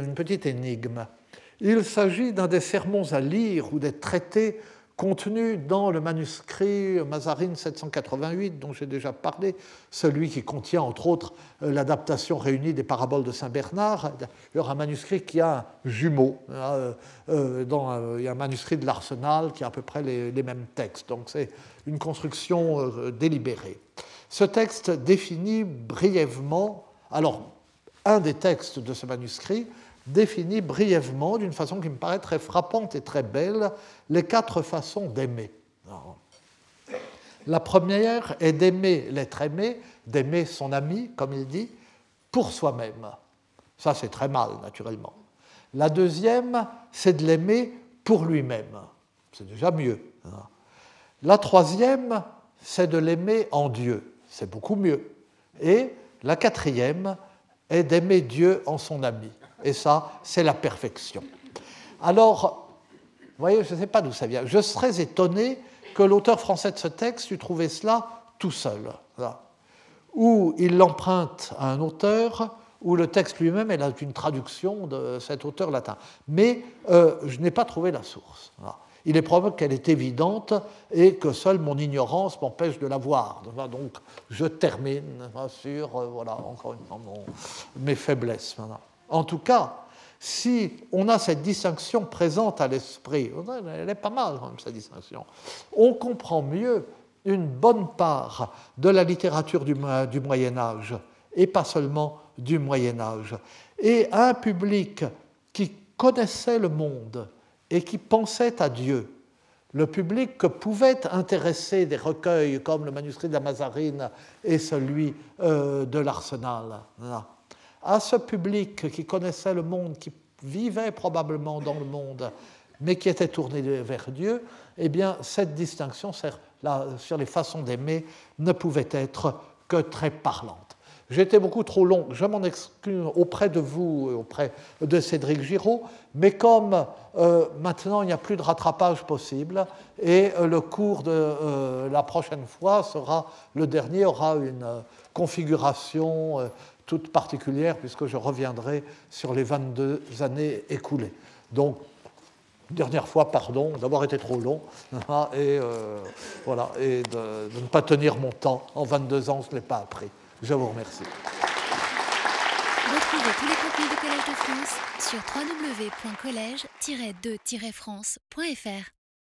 s'agit d'un des sermons à lire ou des traités contenus dans le manuscrit Mazarine 788 dont j'ai déjà parlé, celui qui contient entre autres l'adaptation réunie des paraboles de Saint Bernard. Il y aura un manuscrit qui a un jumeau, il y a un manuscrit de l'Arsenal qui a à peu près les mêmes textes, donc c'est une construction délibérée. Ce texte définit brièvement, alors un des textes de ce manuscrit définit brièvement, d'une façon qui me paraît très frappante et très belle, les 4 façons d'aimer. La première est d'aimer l'être aimé, d'aimer son ami, comme il dit, pour soi-même. Ça, c'est très mal, naturellement. La deuxième, c'est de l'aimer pour lui-même. C'est déjà mieux. La troisième, c'est de l'aimer en Dieu. C'est beaucoup mieux. Et la quatrième est d'aimer Dieu en son ami. Et ça, c'est la perfection. Alors, vous voyez, je ne sais pas d'où ça vient. Je serais étonné que l'auteur français de ce texte eût trouvé cela tout seul. Là. Ou il l'emprunte à un auteur, ou le texte lui-même est une traduction de cet auteur latin. Mais je n'ai pas trouvé la source. Là. Il est probable qu'elle est évidente et que seule mon ignorance m'empêche de la voir. Donc, je termine sur, voilà, encore une fois, mes faiblesses. Voilà. En tout cas, si on a cette distinction présente à l'esprit, elle est pas mal, même, cette distinction, on comprend mieux une bonne part de la littérature du Moyen-Âge, et pas seulement du Moyen-Âge. Et un public qui connaissait le monde et qui pensait à Dieu, le public que pouvaient intéresser des recueils comme le manuscrit de la Mazarine et celui de l'Arsenal, à ce public qui connaissait le monde, qui vivait probablement dans le monde, mais qui était tourné vers Dieu, eh bien, cette distinction sur les façons d'aimer ne pouvait être que très parlante. J'étais beaucoup trop long, je m'en excuse auprès de vous, auprès de Cédric Giraud, mais comme maintenant il n'y a plus de rattrapage possible, et le cours de la prochaine fois sera, le dernier aura une configuration toute particulière, puisque je reviendrai sur les 22 années écoulées. Donc, dernière fois, pardon d'avoir été trop long, et, voilà, et de ne pas tenir mon temps. En 22 ans, je ne l'ai pas appris. Je vous remercie. Retrouvez tous les contenus du Collège de France sur www.collège-2-france.fr.